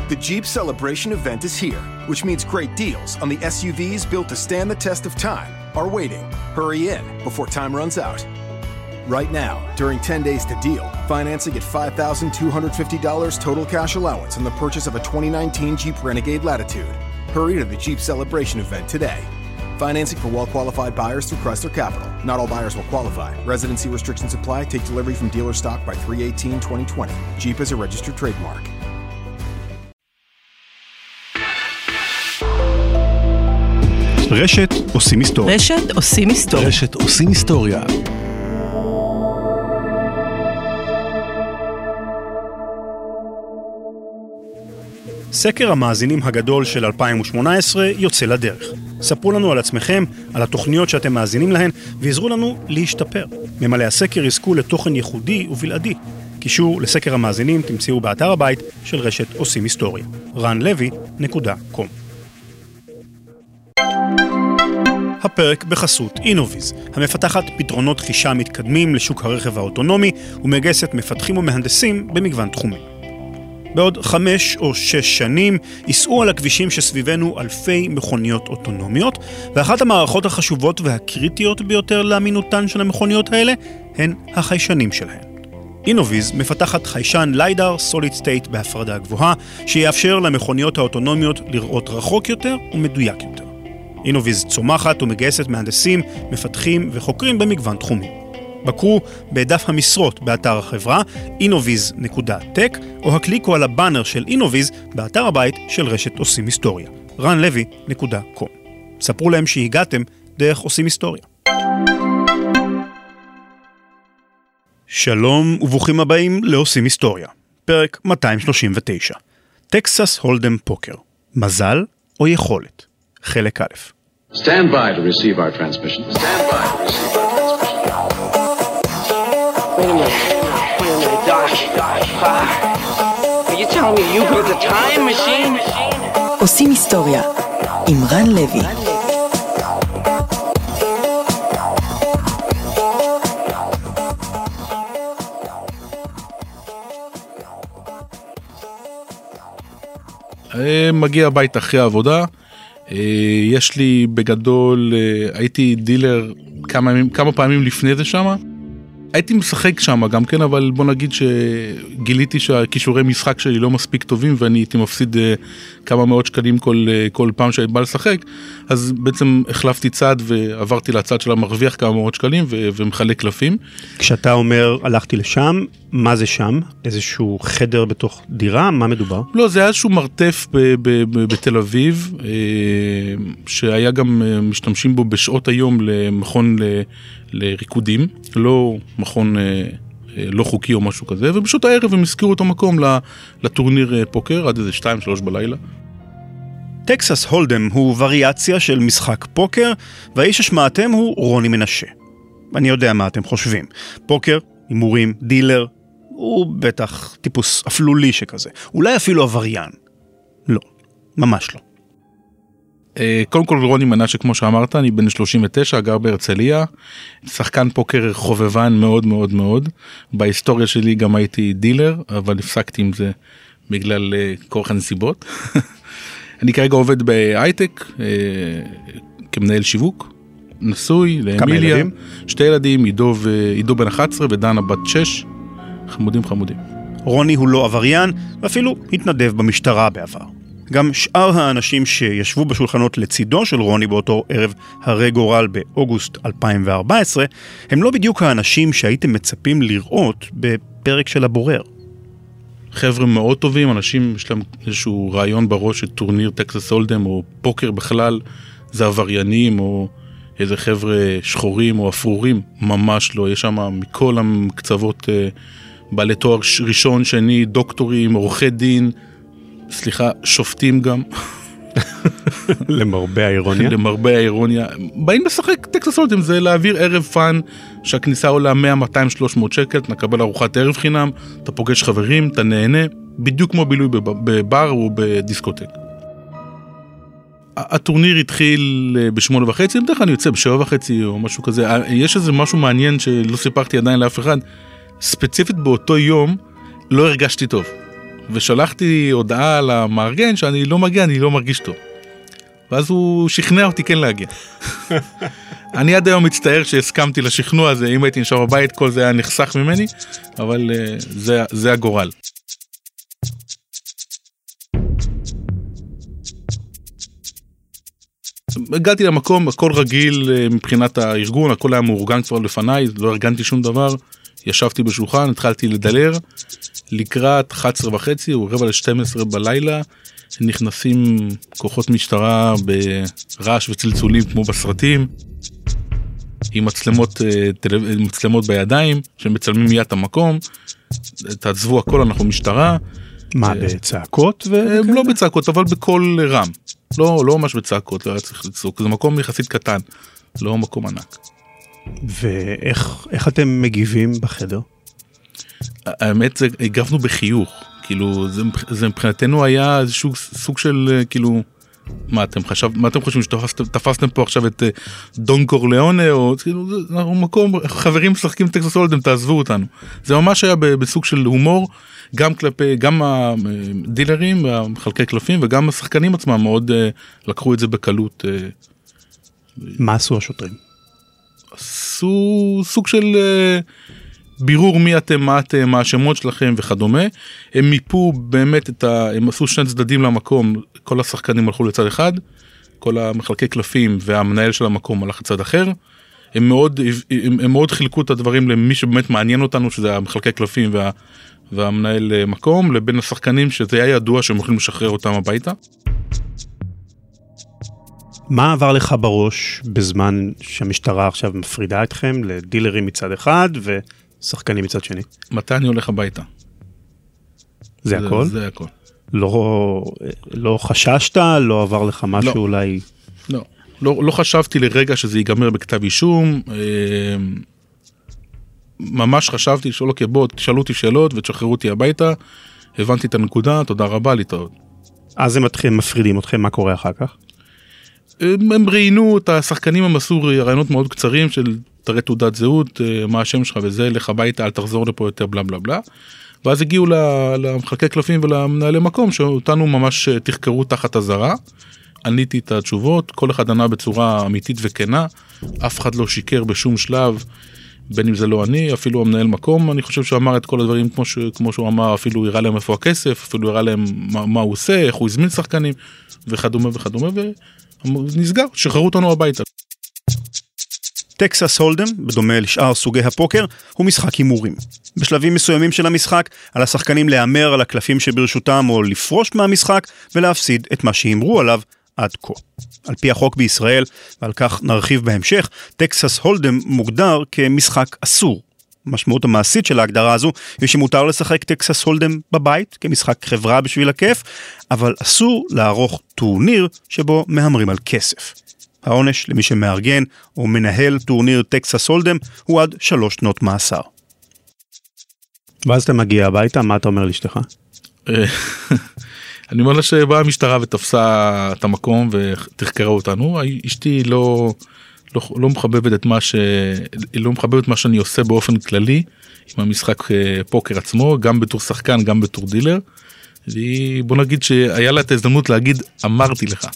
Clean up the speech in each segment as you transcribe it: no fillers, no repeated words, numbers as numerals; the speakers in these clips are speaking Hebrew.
The Jeep Celebration event is here, which means great deals on the SUVs built to stand the test of time are waiting. Hurry in before time runs out. Right now, during 10 days to deal, financing at $5,250 total cash allowance on the purchase of a 2019 Jeep Renegade Latitude. Hurry to the Jeep Celebration event today. Financing for well-qualified buyers through Chrysler Capital. Not all buyers will qualify. Residency restrictions apply. Take delivery from dealer stock by 3/18/2020. Jeep is a registered trademark. רשת עושים היסטוריה. רשת עושים היסטוריה. רשת עושים היסטוריה. סקר המאזינים הגדול של 2018 יוצא לדרך. ספרו לנו על עצמכם, על התוכניות שאתם מאזינים להן, ועזרו לנו להשתפר. ממלא הסקר יזכו לתוכן ייחודי ובלעדי. קישור לסקר המאזינים תמצאו באתר הבית של רשת עושים היסטוריה. ranlevy.com. הפרק בחסות אינוביז, המפתחת פתרונות חישה מתקדמים לשוק הרכב האוטונומי ומגייסת מפתחים ומהנדסים במגוון תחומים. בעוד 5 או 6 שנים ייסעו על הכבישים שסביבנו אלפי מכוניות אוטונומיות, ואחת המערכות החשובות והקריטיות ביותר לאמינותן של המכוניות האלה הן החיישנים שלהן. אינוביז מפתחת חיישן ליידר סוליד סטייט בהפרדה גבוהה, שיאפשר למכוניות האוטונומיות לראות רחוק יותר ומדויק יותר. אינוביז צומחת ומגייסת מהנדסים, מפתחים וחוקרים במגוון תחומים. בקרו בדף המשרות באתר החברה innoviz.tech או הקליקו על הבאנר של אינוביז באתר הבית של רשת עושים היסטוריה. ranlevy.com. ספרו להם שהגעתם דרך עושים היסטוריה. שלום וברוכים הבאים לעושים היסטוריה. פרק 239. טקסס הולדם פוקר. מזל או יכולת? חלק א'. Stand by to receive our transmission. Stand by to receive our transmission. Wait a minute, Doc. Are you telling me you built a time machine? עושים היסטוריה עם רן לוי. מגיע הבית אחרי העבודה. יש לי בגדול, הייתי דילר כמה פעמים לפני זה שמה. הייתי משחק שם גם כן, אבל בוא נגיד שגיליתי שהכישורי משחק שלי לא מספיק טובים, ואני הייתי מפסיד כמה מאות שקלים כל פעם שאני בא לשחק, אז בעצם החלפתי צד ועברתי לצד של המרוויח כמה מאות שקלים ומחלק קלפים. כשאתה אומר הלכתי לשם, מה זה שם? איזשהו חדר בתוך דירה? מה מדובר? לא, זה היה איזשהו מרתף בתל אביב, שהיה גם משתמשים בו בשעות היום למכון לריקודים, לא מכון לא חוקי או משהו כזה, ובשעות הערב הם הזכירו אותו מקום לטורניר פוקר עד איזה 2-3 בלילה. טקסס הולדם הוא וריאציה של משחק פוקר, והאיש ששמעתם הוא רוני מנשה. אני יודע מה אתם חושבים. פוקר, הימורים, דילר, הוא בטח טיפוס אפלולי שכזה. אולי אפילו עבריין. לא, ממש לא. קודם כל רוני מנשה, כמו שאמרת, אני בן 39, גר בהרצליה, שחקן פוקר חובבן מאוד מאוד מאוד. בהיסטוריה שלי גם הייתי דילר, אבל הפסקתי עם זה בגלל כורח הנסיבות. אני כרגע עובד בהייטק, כמנהל שיווק, נשוי לאמיליה, 2 ילדים, עידו בן 11 ודנה בת 6, חמודים. רוני הוא לא עבריין, ואפילו התנדב במשטרה בעבר. גם שאר האנשים שישבו בשולחנות לצידו של רוני באותו ערב הרי גורל באוגוסט 2014, הם לא בדיוק האנשים שהייתם מצפים לראות בפרק של הבורר. חבר'ה מאוד טובים, אנשים יש להם איזשהו רעיון בראש שטורניר טקסס הולדם או פוקר בכלל זה עבריינים או איזה חבר'ה שחורים או אפרורים, ממש לא. יש שם מכל הקצוות בעלי תואר ראשון, שני, דוקטורים, עורכי דין, שופטים גם. למרבה האירוניה. למרבה האירוניה. באים לשחק טקסס הולדם, זה להעביר ערב פאן שהכניסה עולה 100, 200, 300 שקל, אתה מקבל ארוחת ערב חינם, אתה פוגש חברים, אתה נהנה, בדיוק כמו בילוי בבר או בדיסקוטק. הטורניר התחיל ב8:30, בדרך כלל אני יוצא ב7:30 או משהו כזה. יש איזה משהו מעניין שלא סיפרתי עדיין לאף אחד. ספציפית באותו יום לא הרגשתי טוב. ושלחתי הודעה למארגן שאני לא מגיע, אני לא מרגיש טוב. ואז הוא שכנע אותי כן להגיע. אני עד היום מצטער שהסכמתי לשכנוע הזה, אם הייתי נשאר בבית כל זה היה נחסך ממני, אבל זה הגורל. הגעתי למקום, הכל רגיל מבחינת הארגון, הכל היה מאורגן כבר לפניי, לא ארגנתי שום דבר, ישבתי בשולחן, התחלתי לדלר, לקראת 11:30 או 11:45 בלילה, נכנסים כוחות משטרה ברעש וצלצולים כמו בסרטים, עם מצלמות בידיים, שמצלמים מיד את המקום, תעזבו הכל, אנחנו משטרה. מה, בצעקות? לא בצעקות, אבל בכל רם. לא ממש בצעקות, לא היה צריך לצעוק, זה מקום יחסית קטן, לא מקום ענק. ואיך אתם מגיבים בחדר? האמת, הגבנו בחיוך, כאילו, זה מבחינתנו היה איזשהו סוג של, כאילו, מה אתם חושבים שתפסתם פה עכשיו את דון קורליאונה, או כאילו, אנחנו מקום, חברים משחקים טקסס הולדם, תעזבו אותנו. זה ממש היה בסוג של הומור, גם כלפי, גם הדילרים, המחלקי קלפים, וגם השחקנים עצמם מאוד לקחו את זה בקלות. מה עשו השוטרים? עשו סוג של בירור מי אתם, מה אתם, מה השמות שלכם וכדומה. הם מיפו באמת הם עשו שני צדדים למקום, כל השחקנים הלכו לצד אחד, כל המחלקי קלפים והמנהל של המקום הלך לצד אחר. הם מאוד חילקו את הדברים למי שבאמת מעניין אותנו, שזה המחלקי קלפים והמנהל מקום, לבין השחקנים שזה היה ידוע שהם יכולים לשחרר אותם הביתה. מה עבר לך בראש בזמן שהמשטרה עכשיו מפרידה אתכם לדילרים מצד אחד ושחקנים מצד שני? מתי אני הולך הביתה? זה הכל? זה הכל. לא חששת? לא עבר לך משהו אולי? לא חשבתי לרגע שזה ייגמר בכתב אישום. ממש חשבתי לשאול, אוקיי, בוא, תשאלו אותי שאלות ותשחררו אותי הביתה. הבנתי את הנקודה, תודה רבה, להתראות. אז הם מפרידים אתכם, מה קורה אחר כך? הם ראיינו את השחקנים, הם עשו רעיונות מאוד קצרים של תראה תעודת זהות, מה השם שלך וזה, לך הביתה, אל תחזור לפה יותר, בלה בלה בלה. ואז הגיעו למחלקי קלפים ולמנהלי מקום, שאותנו ממש תחקרו תחת הזרה. עניתי את התשובות, כל אחד ענה בצורה אמיתית וכנה, אף אחד לא שיקר בשום שלב, בין אם זה לא אני, אפילו המנהל מקום, אני חושב שהוא אמר את כל הדברים כמו שהוא אמר, אפילו הראה להם איפה הכסף, אפילו הראה להם מה הוא עושה, איך הוא הזמין שחקנים, וכדומה וכדומה, ונסגר, שחררו אותנו הביתה. טקסס הולדם, בדומה לשאר סוגי הפוקר, הוא משחק הימורים. בשלבים מסוימים של המשחק, על השחקנים להמר על הקלפים שברשותם או לפרוש מהמשחק ולהפסיד את מה שהימרו עליו עד כה. על פי החוק בישראל, ועל כך נרחיב בהמשך, טקסס הולדם מוגדר כמשחק אסור. המשמעות המעשית של ההגדרה הזו היא שמותר לשחק טקסס הולדם בבית, כמשחק חברה בשביל הכיף, אבל אסור לערוך טורניר שבו מהמרים על כסף. העונש למי שמארגן או מנהל טורניר טקסס הולדם הוא עד 3 שנות מאסר. ואז אתה מגיע הביתה, מה אתה אומר לאשתך? אני אומר לה שבאה המשטרה ותפסה את המקום ותחקרה אותנו. אשתי לא מחבבת את מה שאני עושה באופן כללי עם המשחק פוקר עצמו, גם בתור שחקן, גם בתור דילר. בוא נגיד שהיה לה את ההזדמנות להגיד, אמרתי לך.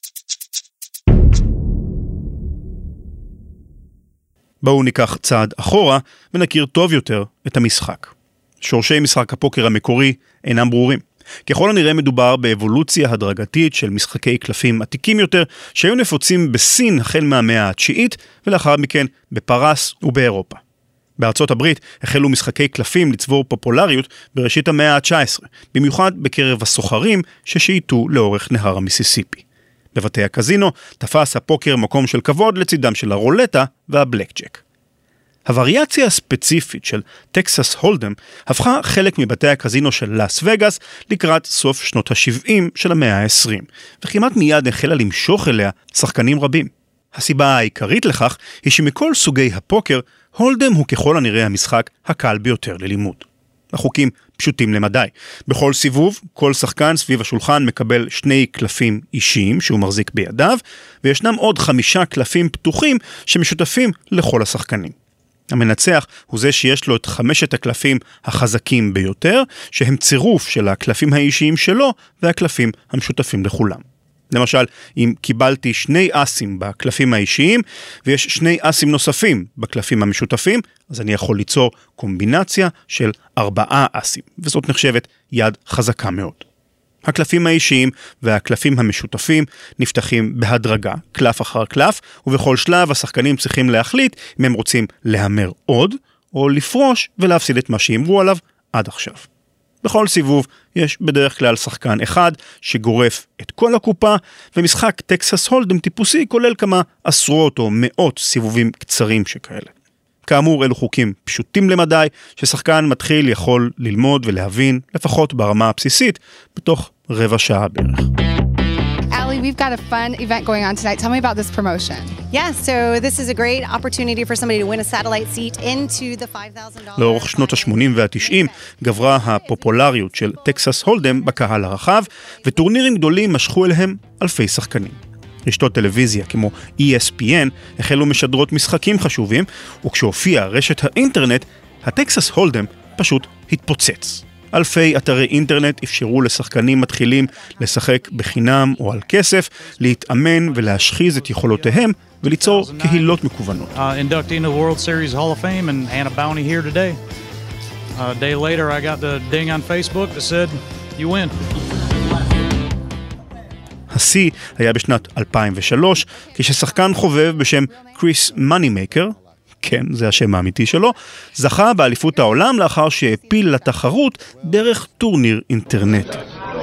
בואו ניקח צעד אחורה ונכיר טוב יותר את המשחק. שורשי משחק הפוקר המקורי אינם ברורים. ככל הנראה מדובר באבולוציה הדרגתית של משחקי קלפים עתיקים יותר, שהיו נפוצים בסין החל מהמאה ה-9 ולאחר מכן בפרס ובאירופה. בארצות הברית החלו משחקי קלפים לצבור פופולריות בראשית המאה ה-19, במיוחד בקרב הסוחרים ששייטו לאורך נהר המיסיסיפי. בבתי הקזינו תפס הפוקר מקום של כבוד לצידם של הרולטה והבלק-ג'ק. הווריאציה הספציפית של טקסס הולדם הפכה חלק מבתי הקזינו של לאס וגאס לקראת סוף שנות ה-70 של המאה ה-20, וכמעט מיד החלה למשוך אליה שחקנים רבים. הסיבה העיקרית לכך היא שמכל סוגי הפוקר, הולדם הוא ככל הנראה המשחק הקל ביותר ללימוד. החוקים פשוטים למדי. בכל סיבוב, כל שחקן סביב השולחן מקבל 2 קלפים אישיים שהוא מחזיק בידיו, וישנם עוד 5 קלפים פתוחים שמשותפים לכל השחקנים. המנצח הוא זה שיש לו את 5 הקלפים החזקים ביותר, שהם צירוף של הקלפים האישיים שלו והקלפים המשותפים לכולם. למשל, אם קיבלתי 2 אסים בקלפים האישיים, ויש 2 אסים נוספים בקלפים המשותפים, אז אני יכול ליצור קומבינציה של 4 אסים, וזאת נחשבת יד חזקה מאוד. הקלפים האישיים והקלפים המשותפים נפתחים בהדרגה, קלף אחר קלף, ובכל שלב השחקנים צריכים להחליט אם הם רוצים להמר עוד, או לפרוש ולהפסיד את מה שאמרו עליו עד עכשיו. בכל סיבוב יש בדרך כלל שחקן אחד שגורף את כל הקופה, ומשחק טקסס הולדם טיפוסי כולל כמה עשרות או מאות סיבובים קצרים שכאלה. כאמור, אלו חוקים פשוטים למדי, ששחקן מתחיל יכול ללמוד ולהבין, לפחות ברמה הבסיסית, בתוך רבע שעה בערך. Allie, we've got a fun event going on tonight. Tell me about this promotion. Yeah, so this is a great opportunity for somebody to win a satellite seat into the $5,000. לאורך שנות ה-80 וה-90 גברה הפופולריות של טקסס הולדם בקהל הרחב, וטורנירים גדולים משכו אליהם אלפי שחקנים. רשתות טלוויזיה כמו ESPN החלו משדרות משחקים חשובים, וכשהופיע רשת האינטרנט, הטקסס הולדם פשוט התפוצץ. אלפי אתרי אינטרנט אפשרו לשחקנים מתחילים לשחק בחינם או על כסף, להתאמן ולהשחיז את יכולותיהם וליצור קהילות מקוונות. Inducting the World Series Hall of Fame and Hannah Bounty here today. A day later I got the ding on Facebook that said you win. השיא היה בשנת 2003, כששחקן חובב בשם קריס מנימייקר, כן, זה השם האמיתי שלו, זכה באליפות העולם לאחר שהפיל לתחרות דרך טורניר אינטרנטי.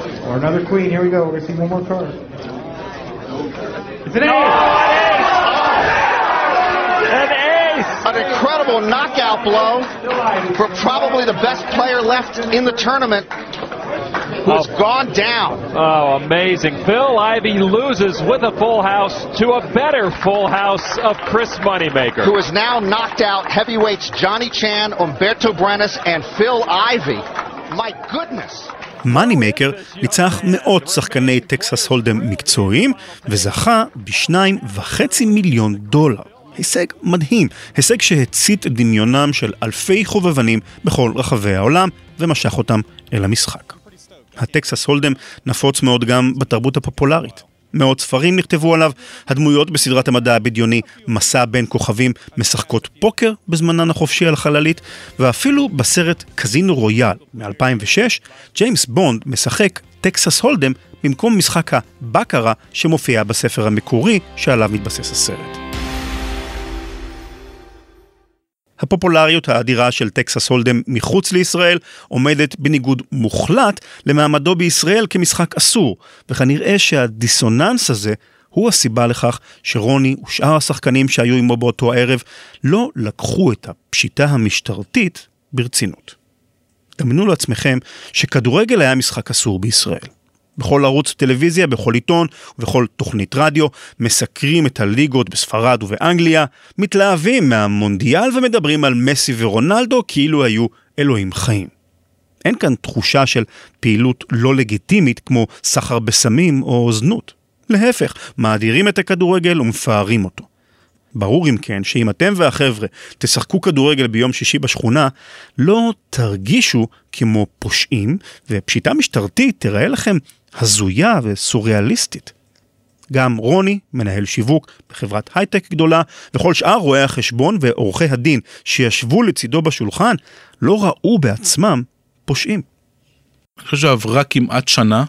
An incredible knockout blow for probably the best player left in the tournament, who's gone down. Oh, amazing. Phil Ivey loses with a full house to a better full house of Chris Moneymaker, who has now knocked out heavyweights Johnny Chan, Umberto Brenes, and Phil Ivey. My goodness. מנימייקר ניצח מאות שחקני טקסס הולדם מקצועיים, וזכה ב$2.5 מיליון. הישג מדהים, הישג שהצית את דמיונם של אלפי חובבנים בכל רחבי העולם, ומשך אותם אל המשחק. הטקסס הולדם נפוץ מאוד גם בתרבות הפופולרית. מאות ספרים נכתבו עליו, הדמויות בסדרת המדע הבדיוני מסע בין כוכבים משחקות פוקר בזמנן החופשי על חללית, ואפילו בסרט קזינו רויאל מ-2006, ג'יימס בונד משחק טקסס הולדם במקום משחק הבקרה שמופיע בספר המקורי שעליו מתבסס הסרט. הפופולריות האדירה של טקסס הולדם מחוץ לישראל עומדת בניגוד מוחלט למעמדו בישראל כמשחק אסור, וכנראה שהדיסוננס הזה הוא הסיבה לכך שרוני ושאר השחקנים שהיו עמו באותו הערב לא לקחו את הפשיטה המשטרתית ברצינות. דמיינו לעצמכם שכדורגל היה משחק אסור בישראל. בכל ערוץ טלוויזיה, בכל עיתון ובכל תוכנית רדיו, מסקרים את הליגות בספרד ובאנגליה, מתלהבים מהמונדיאל ומדברים על מסי ורונלדו כאילו היו אלוהים חיים. אין כאן תחושה של פעילות לא לגיטימית כמו סחר בסמים או זנות. להפך, מאדירים את הכדורגל ומפארים אותו. ברור אם כן שאם אתם והחבר'ה תשחקו כדורגל ביום שישי בשכונה, לא תרגישו כמו פושעים, ופשיטה משטרתית תראה לכם הזויה וסוריאליסטית. גם רוני, מנהל שיווק בחברת הייטק גדולה, וכל שאר רואי החשבון ועורכי הדין שישבו לצידו בשולחן, לא ראו בעצמם פושעים. אני חושב שעברה כמעט שנה,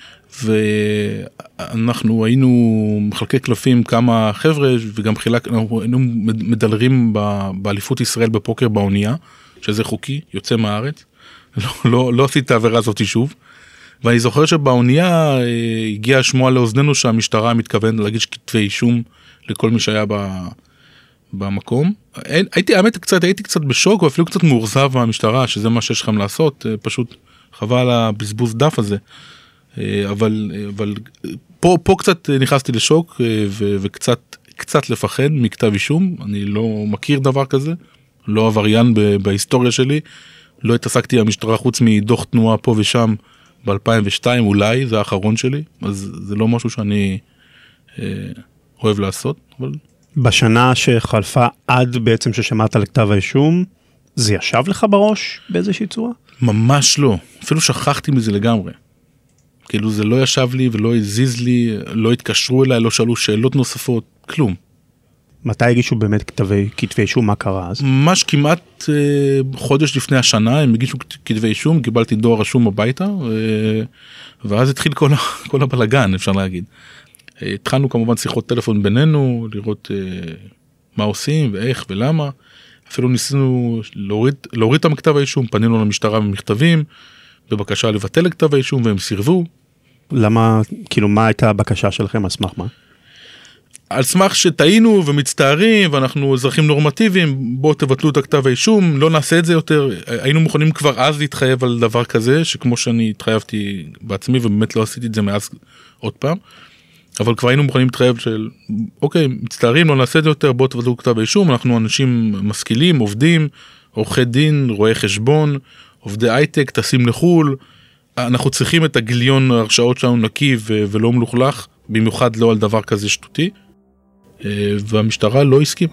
ואנחנו היינו מחלקי קלפים כמה חבר'ה, וגם היינו מדלרים באליפות ישראל בפוקר באונייה, שזה חוקי, יוצא מהארץ. לא עשיתי את העבירה הזאת שוב. ואני זוכר שבאונייה הגיע שמוע לאוזננו שהמשטרה מתכוונת להגיש כתבי אישום לכל מי שהיה במקום. הייתי קצת בשוק, ואפילו קצת מאורזב מהמשטרה, שזה מה שיש לכם לעשות, פשוט חבל הבזבוז דף הזה. אבל פה קצת נכנסתי לשוק, וקצת לפחד מכתב אישום. אני לא מכיר דבר כזה, לא עבריין בהיסטוריה שלי, לא התעסקתי המשטרה חוץ מדוח תנועה פה ושם ב-2002, אולי זה האחרון שלי, אז זה לא משהו שאני אוהב לעשות, אבל... בשנה שחלפה עד בעצם ששמעת על כתב האישום, זה ישב לך בראש באיזושהי צורה? ממש לא, אפילו שכחתי מזה לגמרי. כאילו זה לא ישב לי ולא הזיז לי, לא התקשרו אליי, לא שאלו שאלות נוספות, כלום. מתי הגישו באמת כתבי אישום, מה קרה אז? ממש כמעט חודש לפני השנה, הם הגישו כתבי אישום, קיבלתי דואר רשום הביתה, ואז התחיל כל הבלגן, אפשר להגיד. התחלנו כמובן שיחות טלפון בינינו, לראות מה עושים ואיך ולמה. אפילו ניסינו להוריד את כתב האישום, פנינו למשטרה במכתבים, בבקשה לבטל את כתב האישום, והם סירבו. למה, כאילו, מה הייתה הבקשה שלכם, על סמך מה? על סמך שטעינו ומצטערים, ואנחנו אזרחים נורמטיביים, בואו תבטלו את הכתב האישום, לא נעשה את זה יותר. היינו מוכנים כבר אז להתחייב על דבר כזה, שכמו שאני התחייבתי בעצמי, ובאמת לא עשיתי את זה מאז עוד פעם, אבל כבר היינו מוכנים להתחייב של, אוקיי, מצטערים, לא נעשה את זה יותר, בואו תבטלו כתב האישום, אנחנו אנשים משכילים, עובדים, עורכי דין, רואי חשבון, עובדי הייטק, טסים לחול, אנחנו צריכים את הגיליון ההרשאות שלנו נקי ולא מלוכלך, במיוחד לא על דבר כזה שטותי, והמשטרה לא הסכימה.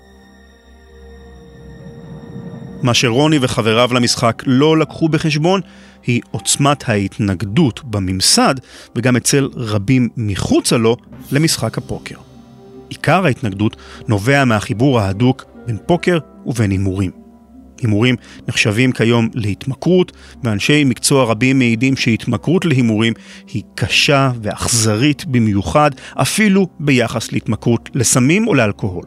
מה שרוני וחבריו למשחק לא לקחו בחשבון, היא עוצמת ההתנגדות בממסד, וגם אצל רבים מחוצה לו, למשחק הפוקר. עיקר ההתנגדות נובע מהחיבור ההדוק בין פוקר ובין הימורים. הימורים נחשבים כיום להתמכרות, ואנשי מקצוע רבים מעידים שהתמכרות להימורים היא קשה ואכזרית במיוחד, אפילו ביחס להתמכרות לסמים או לאלכוהול.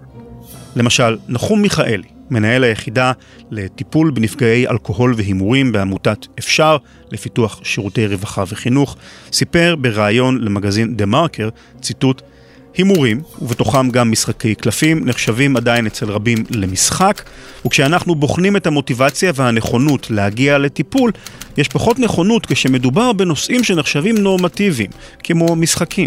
למשל, נחום מיכאלי, מנהל היחידה לטיפול בנפגעי אלכוהול והימורים בעמותת אפשר לפיתוח שירותי רווחה וחינוך, סיפר בראיון למגזין דה מרקר, ציטוט, הימורים, ובתוכם גם משחקי קלפים, נחשבים עדיין אצל רבים למשחק, וכשאנחנו בוחנים את המוטיבציה והנכונות להגיע לטיפול, יש פחות נכונות כשמדובר בנושאים שנחשבים נורמטיביים, כמו משחקים.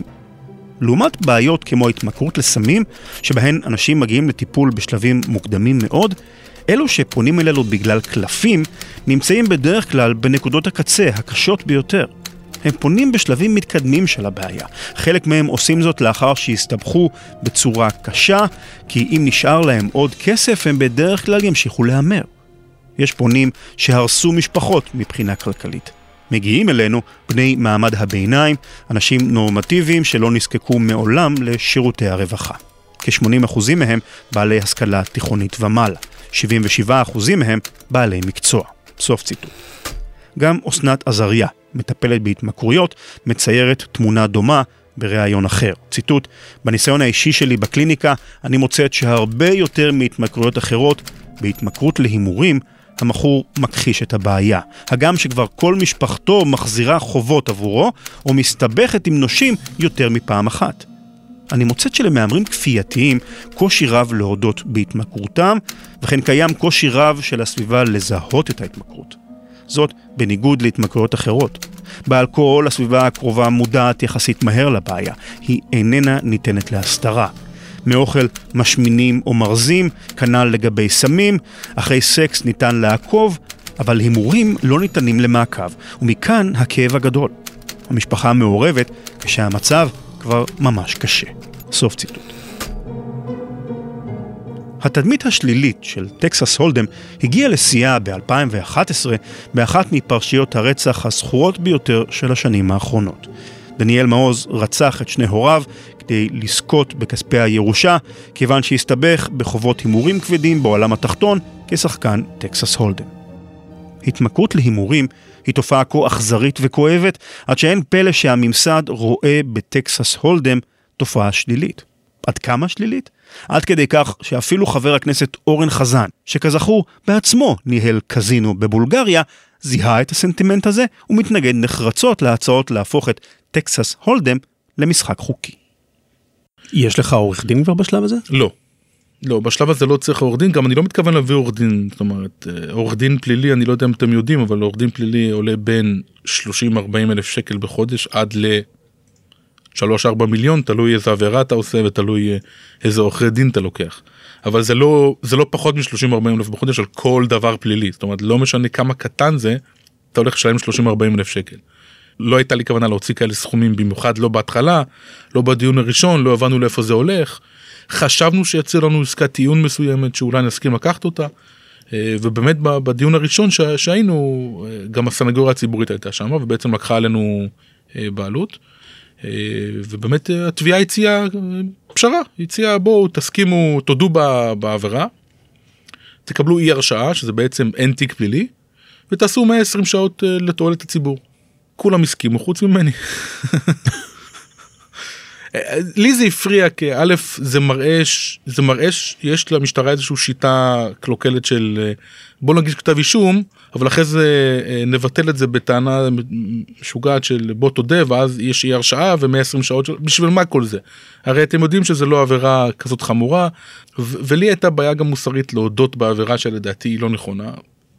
לעומת בעיות כמו התמכרות לסמים, שבהן אנשים מגיעים לטיפול בשלבים מוקדמים מאוד, אלו שפונים אלינו בגלל קלפים, נמצאים בדרך כלל בנקודות הקצה הקשות ביותר. הם פונים בשלבים מתקדמים של הבעיה. חלק מהם עושים זאת לאחר שהסתבכו בצורה קשה, כי אם נשאר להם עוד כסף, הם בדרך כלל ימשיכו להמר. יש פונים שהרסו משפחות מבחינה כלכלית. מגיעים אלינו בני מעמד הביניים, אנשים נורמטיביים שלא נזקקו מעולם לשירותי הרווחה. כ-80% מהם בעלי השכלה תיכונית ומעלה, 77% מהם בעלי מקצוע. סוף ציטוט. גם אסנת עזריה, מטפלת בהתמכרויות, מציירת תמונה דומה בראיון אחר. ציטוט, בניסיון האישי שלי בקליניקה, אני מוצאת שהרבה יותר מהתמכרויות אחרות, בהתמכרות להימורים, המכור מכחיש את הבעיה. הגם שכבר כל משפחתו מחזירה חובות עבורו, או מסתבכת עם נושים יותר מפעם אחת. אני מוצאת שלמאמרים כפייתיים קושי רב להודות בהתמכרותם, וכן קיים קושי רב של הסביבה לזהות את ההתמכרות. זאת בניגוד להתמכרויות אחרות. באלכוהול הסביבה הקרובה מודעת יחסית מהר לבעיה, היא איננה ניתנת להסתרה. מאוכל משמינים או מרזים, כנ"ל לגבי סמים, אחרי סקס ניתן לעקוב, אבל הימורים לא ניתנים למעקב, ומכאן הכאב הגדול. המשפחה מעורבת כשהמצב כבר ממש קשה. סוף ציטוט. התדמית השלילית של טקסס הולדם הגיעה לשיאה ב-2011 באחת מפרשיות הרצח הסחורות ביותר של השנים האחרונות. דניאל מעוז רצח את שני הוריו כדי לזכות בכספי הירושה, כיוון שהסתבך בחובות הימורים כבדים בעולם התחתון כשחקן טקסס הולדם. התמכרות להימורים היא תופעה כה אכזרית וכואבת, עד שאין פלא שהממסד רואה בטקסס הולדם תופעה שלילית. עד כמה שלילית? עד כדי כך שאפילו חבר הכנסת אורן חזן, שכזכור בעצמו ניהל קזינו בבולגריה, זיהה את הסנטימנט הזה ומתנגד נחרצות להצעות להפוך את טקסס הולדם למשחק חוקי. יש לך עורך דין כבר בשלב הזה? לא. לא, בשלב הזה לא צריך עורך דין, גם אני לא מתכוון להביא עורך דין, זאת אומרת, עורך דין פלילי, אני לא יודע אם אתם יודעים, אבל עורך דין פלילי עולה בין 30-40 אלף שקל בחודש עד ל-3-4 מיליון, תלוי איזה עבירה אתה עושה ותלוי איזה עורך דין אתה לוקח. אבל זה לא פחות מ-30-40 אלף בחודש על כל דבר פלילי, זאת אומרת, לא משנה כמה קטן זה, אתה הולך לשלם 30-40 אלף שקל. לא הייתה לי כוונה להוציא כאלה סכומים, במיוחד לא בהתחלה, לא בדיון הראשון, לא הבנו לאיפה זה הולך, חשבנו שיצא לנו עסקת טיעון מסוימת שאולי נסכים לקחת אותה, ובאמת בדיון הראשון שהיינו, גם הסנגוריה הציבורית הייתה שם, ובעצם לקחה עלינו בעלות, ובאמת התביעה הציעה פשרה, הציעה בואו תסכימו, תודו בעבירה, תקבלו אי הרשעה, שזה בעצם אין תיק פלילי, ותעשו 120 שעות לתועלת הציבור. כולם הסכימו חוץ ממני. לי זה הפריע, כי א', זה מראה שיש למשטרה איזושהי שיטה קלוקלת של בוא נגיש כתב אישום, אבל אחרי זה נבטל את זה בטענה משוגעת של בוא תודה, ואז יש אי הרשעה ו120 שעות, בשביל מה כל זה? הרי אתם יודעים שזה לא עבירה כזאת חמורה, ולי הייתה בעיה גם מוסרית להודות בעבירה שלדעתי היא לא נכונה.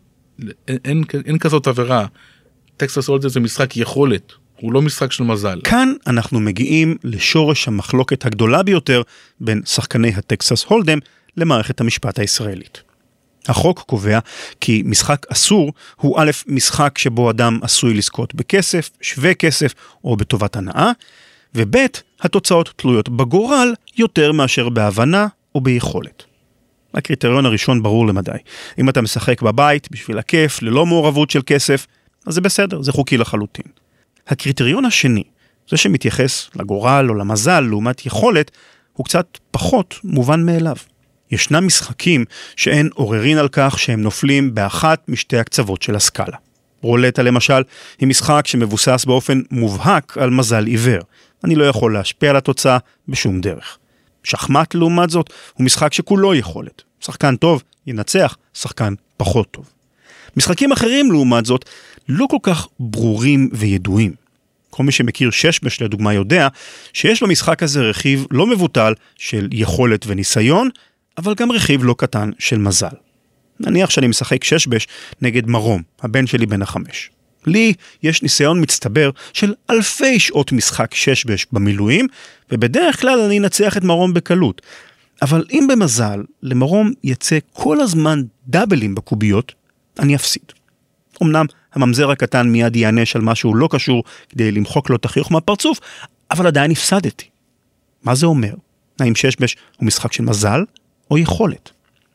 אין כזאת עבירה. טקסס הולדם זה משחק יכולת, הוא לא משחק של מזל. כאן אנחנו מגיעים לשורש המחלוקת הגדולה ביותר בין שחקני הטקסס הולדם למערכת המשפט הישראלית. החוק קובע כי משחק אסור הוא א', משחק שבו אדם עשוי לזכות בכסף, שווה כסף או בטובת הנאה, וב', התוצאות תלויות בגורל יותר מאשר בהבנה או ביכולת. הקריטריון הראשון ברור למדי. אם אתה משחק בבית בשביל הכיף, ללא מעורבות של כסף, אז זה בסדר, זה חוקי לחלוטין. הקריטריון השני, זה שמתייחס לגורל או למזל לעומת יכולת, הוא קצת פחות מובן מאליו. ישנם משחקים שאין עוררין על כך שהם נופלים באחת משתי הקצוות של הסקאלה. רולטה למשל היא משחק שמבוסס באופן מובהק על מזל עיוור. אני לא יכול להשפיע על התוצאה בשום דרך. שחמט לעומת זאת הוא משחק שכולו יכולת. שחקן טוב ינצח, שחקן פחות טוב. משחקים אחרים לעומת זאת לא כל כך ברורים וידועים. כל מי שמכיר ששבש לדוגמה יודע שיש במשחק הזה רכיב לא מבוטל של יכולת וניסיון, אבל גם רכיב לא קטן של מזל. נניח שאני משחק ששבש נגד מרום, הבן שלי בן 5. לי יש ניסיון מצטבר של אלפי שעות משחק ששבש במילואים, ובדרך כלל אני אנצח את מרום בקלות. אבל אם במזל למרום יצא כל הזמן דאבלים בקוביות, אני אפסיד. אמנם הממזר הקטן מיד יענש על משהו לא קשור כדי למחוק לו את החיוך מהפרצוף, אבל עדיין הפסדתי. מה זה אומר? האם ששבש הוא משחק של מזל או יכולת?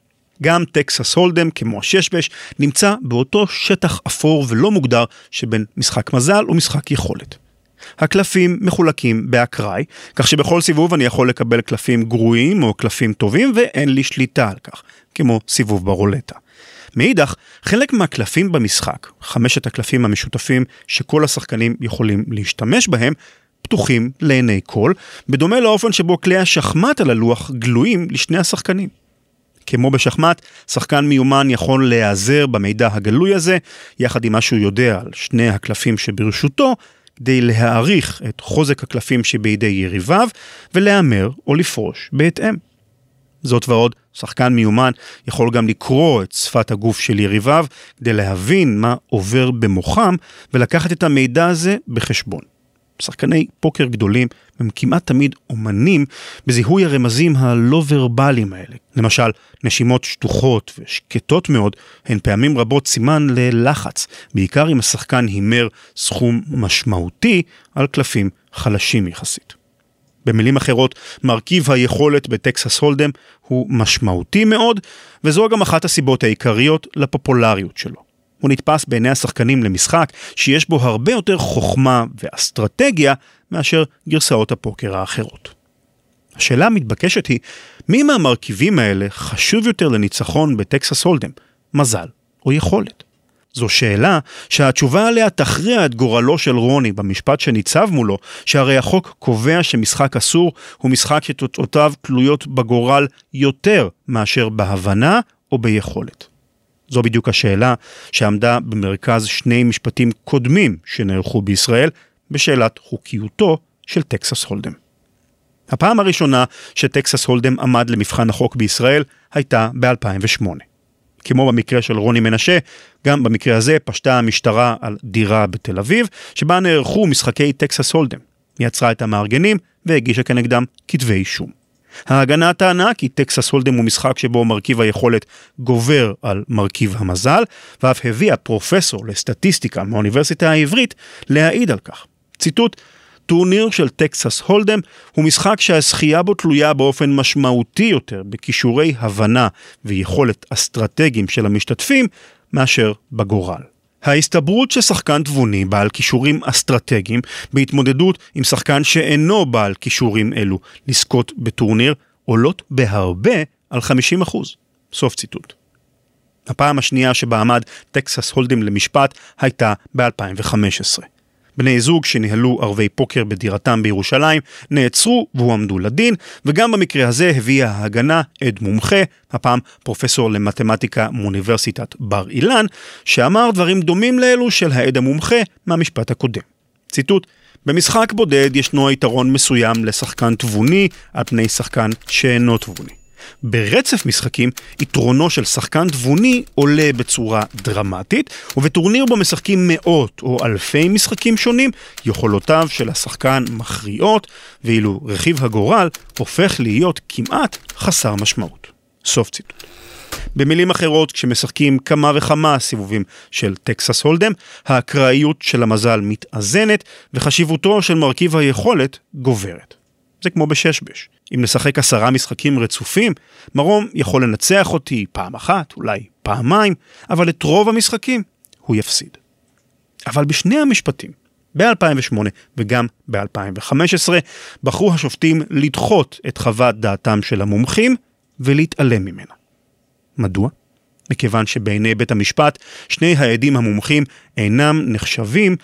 גם טקסס הולדם, כמו הששבש, נמצא באותו שטח אפור ולא מוגדר שבין משחק מזל ומשחק יכולת. הקלפים מחולקים באקראי, כך שבכל סיבוב אני יכול לקבל קלפים גרועים או קלפים טובים, ואין לי שליטה על כך, כמו סיבוב ברולטה. מאידך, חלק מהקלפים במשחק, 5 הקלפים המשותפים שכל השחקנים יכולים להשתמש בהם, פתוחים לעיני כל, בדומה לאופן שבו כלי השחמט על הלוח גלויים לשני השחקנים. כמו בשחמט, שחקן מיומן יכול להיעזר במידע הגלוי הזה, יחד עם מה שהוא יודע על שני הקלפים שברשותו, כדי להעריך את חוזק הקלפים שבידי יריביו, ולאמר או לפרוש בהתאם. זאת ועוד, שחקן מיומן יכול גם לקרוא את שפת הגוף של יריביו, כדי להבין מה עובר במוחם, ולקחת את המידע הזה בחשבון. שחקני פוקר גדולים הם כמעט תמיד אומנים בזיהוי הרמזים הלא ורבליים האלה. למשל, נשימות שטוחות ושקטות מאוד הן פעמים רבות סימן ללחץ, בעיקר אם השחקן הימר סכום משמעותי על קלפים חלשים יחסית. במילים אחרות, מרכיב היכולת בטקסס הולדם הוא משמעותי מאוד, וזו גם אחת הסיבות העיקריות לפופולריות שלו. הוא נתפס בעיני השחקנים למשחק שיש בו הרבה יותר חוכמה ואסטרטגיה מאשר גרסאות הפוקר האחרות. השאלה המתבקשת היא, מי מהמרכיבים האלה חשוב יותר לניצחון בטקסס הולדם, מזל או יכולת? זו שאלה שהתשובה עליה תכריע את גורלו של רוני במשפט שניצב מולו, שהרי החוק קובע שמשחק אסור הוא משחק שתוצאותיו תלויות בגורל יותר מאשר בהבנה או ביכולת. זו בדיוק השאלה שעמדה במרכז שני משפטים קודמים שנערכו בישראל בשאלת חוקיותו של טקסס הולדם. הפעם הראשונה שטקסס הולדם עמד למבחן החוק בישראל הייתה ב-2008. כמו במקרה של רוני מנשה, גם במקרה הזה פשטה המשטרה על דירה בתל אביב, שבה נערכו משחקי טקסס הולדם. היא עצרה את המארגנים והגישה כנגדם כתבי אישום. ההגנה טענה כי טקסס הולדם הוא משחק שבו מרכיב היכולת גובר על מרכיב המזל, ואף הביאה פרופסור לסטטיסטיקה מהאוניברסיטה העברית להעיד על כך. ציטוט, טורניר של טקסס הולדם הוא משחק שהזכייה בו תלויה באופן משמעותי יותר בכישורי הבנה ויכולת אסטרטגיים של המשתתפים מאשר בגורל. ההסתברות ששחקן תבוני בעל כישורים אסטרטגיים בהתמודדות עם שחקן שאינו בעל כישורים אלו לזכות בטורניר עולות בהרבה על 50%. סוף ציטוט. הפעם השנייה שבה עמד טקסס הולדם למשפט הייתה ב-2015. בני זוג שניהלו ערבי פוקר בדירתם בירושלים נעצרו והועמדו לדין, וגם במקרה הזה הביאה ההגנה עד מומחה, הפעם פרופסור למתמטיקה מאוניברסיטת בר אילן, שאמר דברים דומים לאלו של העד המומחה מהמשפט הקודם. ציטוט: במשחק בודד ישנו יתרון מסוים לשחקן תבוני על פני שחקן שאינו תבוני. ברצף משחקים, יתרונו של שחקן תבוני עולה בצורה דרמטית, ובטורניר בו משחקים מאות או אלפי משחקים שונים, יכולותיו של השחקן מכריעות, ואילו רכיב הגורל הופך להיות כמעט חסר משמעות. סוף ציטוט. במילים אחרות, כשמשחקים כמה וכמה סיבובים של טקסס הולדם, האקראיות של המזל מתאזנת, וחשיבותו של מרכיב היכולת גוברת. זה כמו בששבש. אם נשחק 10 משחקים רצופים, מרום יכול לנצח אותי פעם אחת, אולי פעמיים, אבל את רוב המשחקים הוא יפסיד. אבל בשני המשפטים, ב-2008 וגם ב-2015, בחרו השופטים לדחות את חוות דעתם של המומחים ולהתעלם ממנה. מדוע? מכיוון שבעיני בית המשפט, שני העדים המומחים אינם נחשבים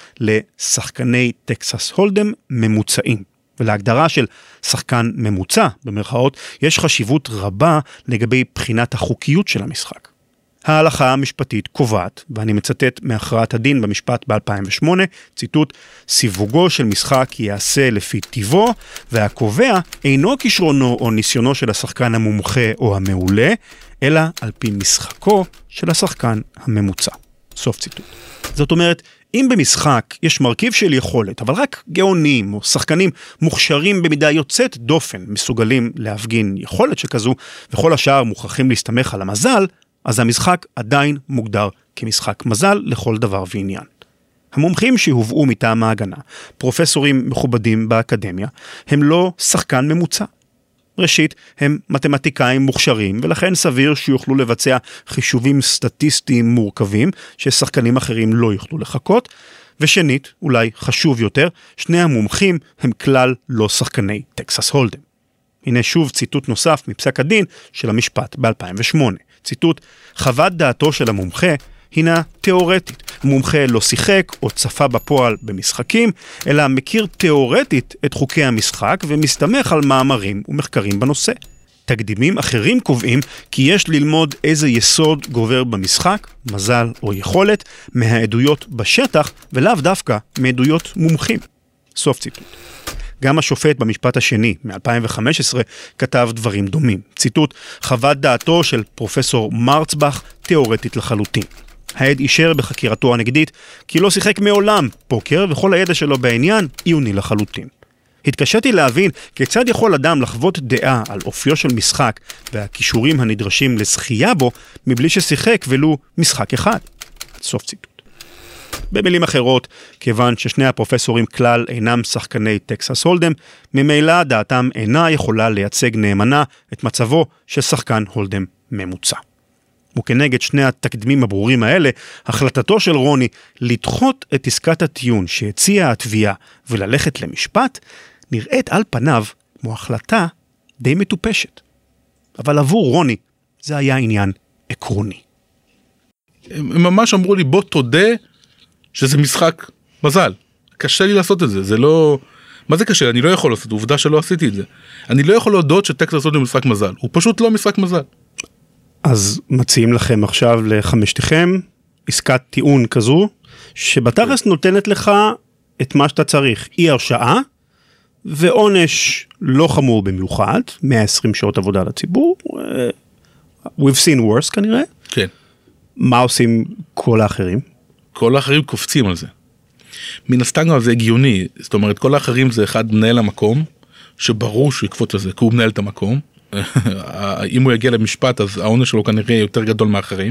לשחקני טקסס הולדם ממוצעים. ולהגדרה של שחקן ממוצע, במרכאות, יש חשיבות רבה לגבי בחינת החוקיות של המשחק. ההלכה המשפטית קובעת, ואני מצטט מהכרעת הדין במשפט ב-2008, ציטוט: סיווגו של משחק יעשה לפי טיבו, והקובע אינו כישרונו או ניסיונו של השחקן המומחה או המעולה, אלא על פי משחקו של השחקן הממוצע. סוף ציטוט. זאת אומרת, אם במשחק יש מרכיב של יכולת, אבל רק גאונים או שחקנים מוכשרים במידה יוצאת דופן מסוגלים להפגין יכולת שכזו, וכל השאר מוכרחים להסתמך על המזל, אז המשחק עדיין מוגדר כמשחק מזל לכל דבר ועניין. המומחים שהובאו מטעם ההגנה, פרופסורים מכובדים באקדמיה, הם לא שחקן ממוצע. ראשית, הם מתמטיקאים מוכשרים, ולכן סביר שיוכלו לבצע חישובים סטטיסטיים מורכבים, ששחקנים אחרים לא יוכלו לחכות. ושנית, אולי חשוב יותר, שני המומחים הם כלל לא שחקני טקסס הולדם. הנה שוב ציטוט נוסף מפסק הדין של המשפט ב-2008. ציטוט: חוות דעתו של המומחה הינה תיאורטית. המומחה לא שיחק או צפה בפועל במשחקים, אלא מכיר תיאורטית את חוקי המשחק ומסתמך על מאמרים ומחקרים בנושא. תקדימים אחרים קובעים כי יש ללמוד איזה יסוד גובר במשחק, מזל או יכולת, מהעדויות בשטח ולאו דווקא מעדויות מומחים. סוף ציטוט. גם השופט במשפט השני מ-2015 כתב דברים דומים. ציטוט: חוות דעתו של פרופסור מרצבך תיאורטית לחלוטין. העד אישר בחקירתו הנגדית כי לא שיחק מעולם פוקר וכל הידע שלו בעניין עיוני לחלוטין. התקשיתי להבין כיצד יכול אדם לחוות דעה על אופיו של משחק והכישורים הנדרשים לזכייה בו מבלי ששיחק ולו משחק אחד. סוף ציטוט. במילים אחרות, כיוון ששני הפרופסורים כלל אינם שחקני טקסס הולדם, ממילא דעתם אינה יכולה לייצג נאמנה את מצבו של שחקן הולדם ממוצע. וכנגד שני התקדימים הברורים האלה, החלטתו של רוני לדחות את עסקת הטיעון שהציעה התביעה וללכת למשפט, נראית על פניו כמו החלטה די מטופשת. אבל עבור רוני זה היה עניין עקרוני. הם ממש אמרו לי, בוא תודה שזה משחק מזל. קשה לי לעשות את זה, זה לא... מה זה קשה? אני לא יכול לעשות, עובדה שלא עשיתי את זה. אני לא יכול להודות שטקסס הולדם משחק מזל. הוא פשוט לא משחק מזל. אז מציעים לכם עכשיו לחמשתכם עסקת טיעון כזו, שבתכלס נותנת לך את מה שאתה צריך, אי הרשעה, ועונש לא חמור במיוחד, 120 שעות עבודה לציבור, we've seen worse כנראה. כן. מה עושים כל האחרים? כל האחרים קופצים על זה. מן הסתם זה הגיוני, זאת אומרת, כל האחרים זה אחד מנהל המקום, שברור שהוא יקפוץ על זה, כי הוא מנהל את המקום, אם הוא יגיע למשפט, אז העונש שלו כנראה יותר גדול מאחרים,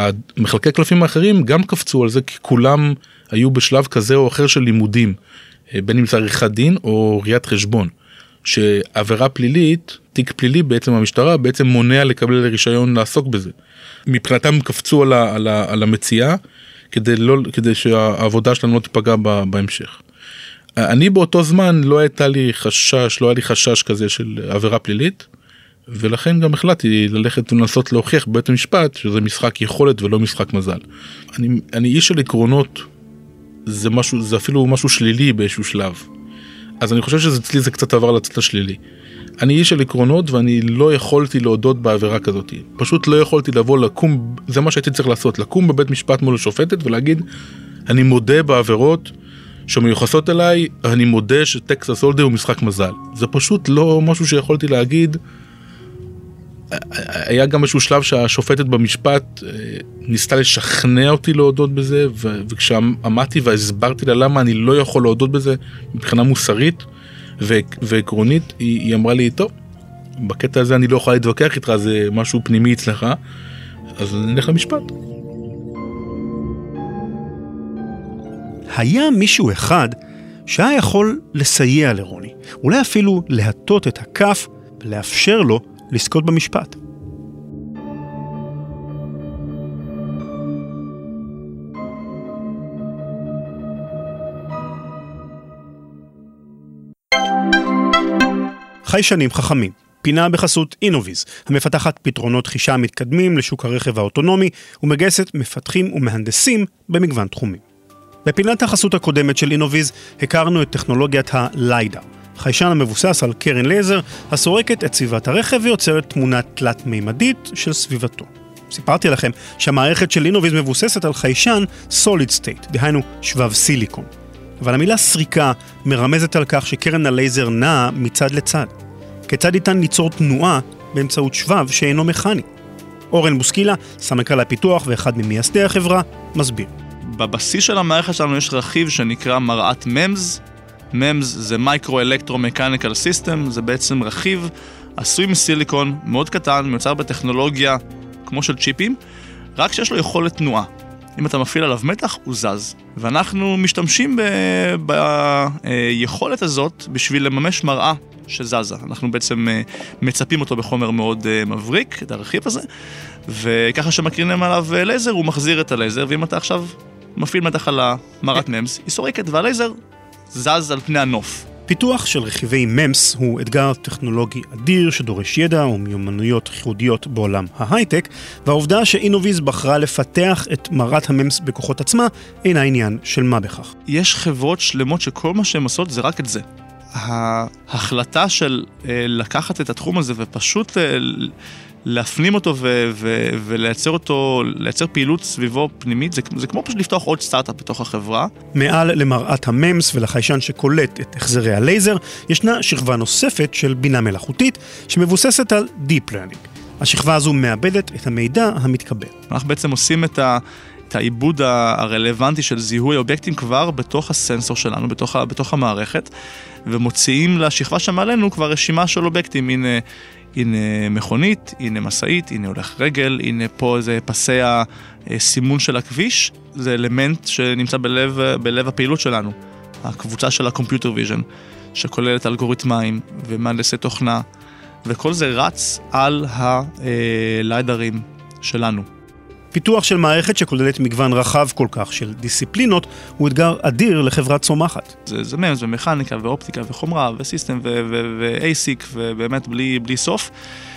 והמחלקי קלפים האחרים גם קפצו על זה, כי כולם היו בשלב כזה או אחר של לימודים בין אם זה עריכת דין או ראיית חשבון, שעבירה פלילית, תיק פלילי בעצם המשטרה בעצם מונע לקבל רישיון לעסוק בזה. מבחינתם קפצו על המציאה, כדי שהעבודה שלנו לא תיפגע בהמשך. אני באותו זמן לא היה לי חשש כזה של עבירה פלילית, ולכן גם החלטתי ללכת ולנסות להוכיח בבית המשפט שזה משחק יכולת ולא משחק מזל. אני איש של עקרונות, זה אפילו משהו שלילי באיזשהו שלב. אז אני חושב שאצלי זה קצת עבר לצד השלילי. אני איש של עקרונות ואני לא יכולתי להודות בעבירה כזאת. פשוט לא יכולתי לבוא לקום, זה מה שהייתי צריך לעשות, לקום בבית משפט מול השופטת ולהגיד, אני מודה בעבירות שמיוחסות אליי, אני מודה שטקסס הולדם הוא משחק מזל. זה פשוט לא משהו שיכולתי להגיד. היה גם איזשהו שלב שהשופטת במשפט ניסתה לשכנע אותי להודות בזה, וכשעמדתי והסברתי לה למה אני לא יכול להודות בזה מבחינה מוסרית ועקרונית, היא אמרה לי, טוב, בקטע הזה אני לא יכולה להתווכח איתך, זה משהו פנימי אצלך, אז נלך למשפט. היה מישהו אחד שהיה יכול לסייע לרוני, אולי אפילו להטות את הכף ולאפשר לו לזכות במשפט. חיישנים חכמים, פינה בחסות אינוביז, המפתחת פתרונות חישה מתקדמים לשוק הרכב האוטונומי ומגייסת מפתחים ומהנדסים במגוון תחומים. בפינת החסות הקודמת של אינוביז הכרנו את טכנולוגיית הליידר, חיישן המבוסס על קרן לייזר הסורקת את סביבת הרכב ויוצרת תמונה תלת מימדית של סביבתו. סיפרתי לכם שהמערכת של אינוביז מבוססת על חיישן Solid State, דהיינו שבב סיליקון. אבל המילה סריקה מרמזת על כך שקרן הלייזר נעה מצד לצד. כיצד ניתן ליצור תנועה באמצעות שבב שאינו מכני? אורן בוסקילה, סמנכ"ל הפיתוח ואחד ממייסדי החברה, מסביר. בבסיס של המערכת שלנו יש רכיב שנקרא מראת MEMS. MEMS זה Micro-Electro-Mechanical System, זה בעצם רכיב עשוי מסיליקון מאוד קטן, מיוצר בטכנולוגיה כמו של צ'יפים, רק שיש לו יכולת תנועה. אם אתה מפעיל עליו מתח, הוא זז. ואנחנו משתמשים ביכולת הזאת בשביל לממש מראה שזזה. אנחנו בעצם מצפים אותו בחומר מאוד מבריק, את הרכיב הזה, וככה שמקרינים עליו לייזר, הוא מחזיר את הלייזר, ואם אתה עכשיו מפעיל מתח על המראת MEMS, היא סורקת, והלייזר זז על פני הנוף. פיתוח של רכיבי MEMS הוא אתגר טכנולוגי אדיר שדורש ידע ומיומנויות ייחודיות בעולם ההייטק, והעובדה שאינוביז בחרה לפתח את מראת ה-MEMS בכוחות עצמה אינה עניין של מה בכך. יש חברות שלמות שכל מה שהן עושות זה רק את זה. ההחלטה של לקחת את התחום הזה ופשוט להפנים אותו ולייצר אותו, לייצר פעילות סביבו פנימית, זה כמו פשוט לפתוח עוד סטארט-אפ בתוך החברה. מעל למראת הממס ולחיישן שקולט את החזרי הלייזר, ישנה שכבה נוספת של בינה מלאכותית שמבוססת על Deep Learning. השכבה הזו מאבדת את המידע המתקבל. אנחנו בעצם עושים את העיבוד הרלוונטי של זיהוי אובייקטים כבר בתוך הסנסור שלנו, בתוך המערכת, ומוציאים לשכבה שמעלינו כבר רשימה של אובייקטים. הנה מכונית, הנה מסעית, הנה הולך רגל, הנה פה זה פסי הסימון של הכביש. זה אלמנט שנמצא בלב הפעילות שלנו. הקבוצה של הקומפיוטר ויז'ן, שכוללת אלגוריתמאים ומהנדסי תוכנה, וכל זה רץ על הליידרים שלנו. פיתוח של מערכת שכוללת מגוון רחב כל כך של דיסציפלינות הוא אתגר אדיר לחברת צומחת. זה MEMS ומכניקה ואופטיקה וחומרה וסיסטם ו-ASIC ובאמת בלי סוף.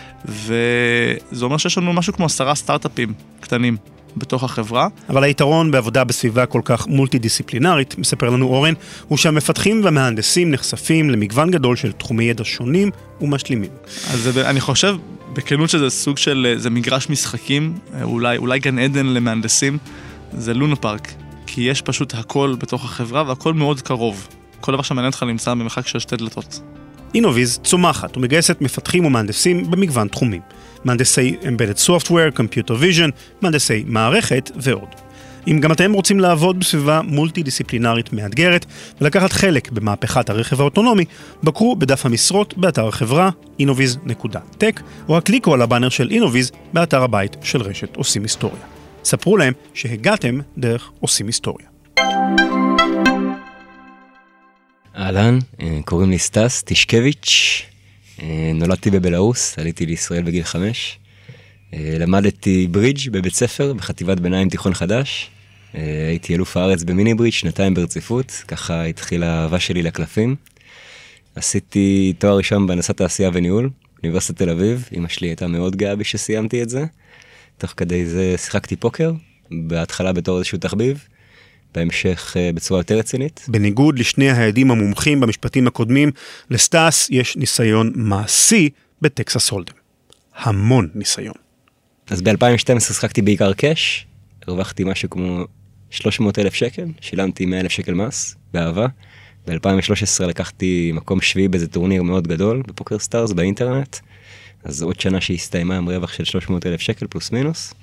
וזה אומר שיש לנו משהו כמו 10 סטארט-אפים קטנים בתוך החברה. אבל היתרון בעבודה בסביבה כל כך מולטי-דיסציפלינרית, מספר לנו אורן, הוא שהמפתחים והמהנדסים נחשפים למגוון גדול של תחומי ידע שונים ומשלימים. אז אני חושב בכנות שזה סוג של, זה מגרש משחקים, אולי גן עדן למהנדסים, זה לונה פארק, כי יש פשוט הכל בתוך החברה והכל מאוד קרוב. כל דבר שמעניין אותך נמצא במרחק של 2 דלתות. אינוביז צומחת ומגייסת מפתחים ומהנדסים במגוון תחומים. מהנדסי Embedded Software, Computer Vision, מהנדסי מערכת ועוד. אם גם אתם רוצים לעבוד בסביבה מולטי-דיסציפלינרית מאתגרת ולקחת חלק במהפכת הרכב האוטונומי, בקרו בדף המשרות באתר החברה innoviz.tech או הקליקו על הבאנר של אינוביז באתר הבית של רשת עושים היסטוריה. ספרו להם שהגעתם דרך עושים היסטוריה. אהלן, קוראים לי סטס טישקביץ', נולדתי בבלארוס, עליתי לישראל בגיל 5, למדתי ברידג' בבית ספר, בחטיבת ביניים תיכון חדש, הייתי אלוף הארץ במיני ברידג' 2 ברציפות, ככה התחילה האהבה שלי לקלפים. עשיתי תואר ראשון בהנדסת תעשייה וניהול, אוניברסיטת תל אביב, אמא שלי הייתה מאוד גאה בי שסיימתי את זה, תוך כדי זה שיחקתי פוקר, בהתחלה בתור איזשהו תחביב, בהמשך בצורה יותר רצינית. בניגוד לשני העדים המומחים במשפטים הקודמים, לסטאס יש ניסיון מעשי בטקסס הולדם. המון ניסיון. אז ב-2012 שחקתי בעיקר קש, הרווחתי משהו כמו 300,000 שקל, שילמתי 100,000 שקל מס, באהבה. ב-2013 לקחתי מקום שביעי באיזה טורניר מאוד גדול, בפוקר סטארס באינטרנט, אז עוד שנה שהסתיימה עם רווח של 300,000 שקל פלוס מינוס.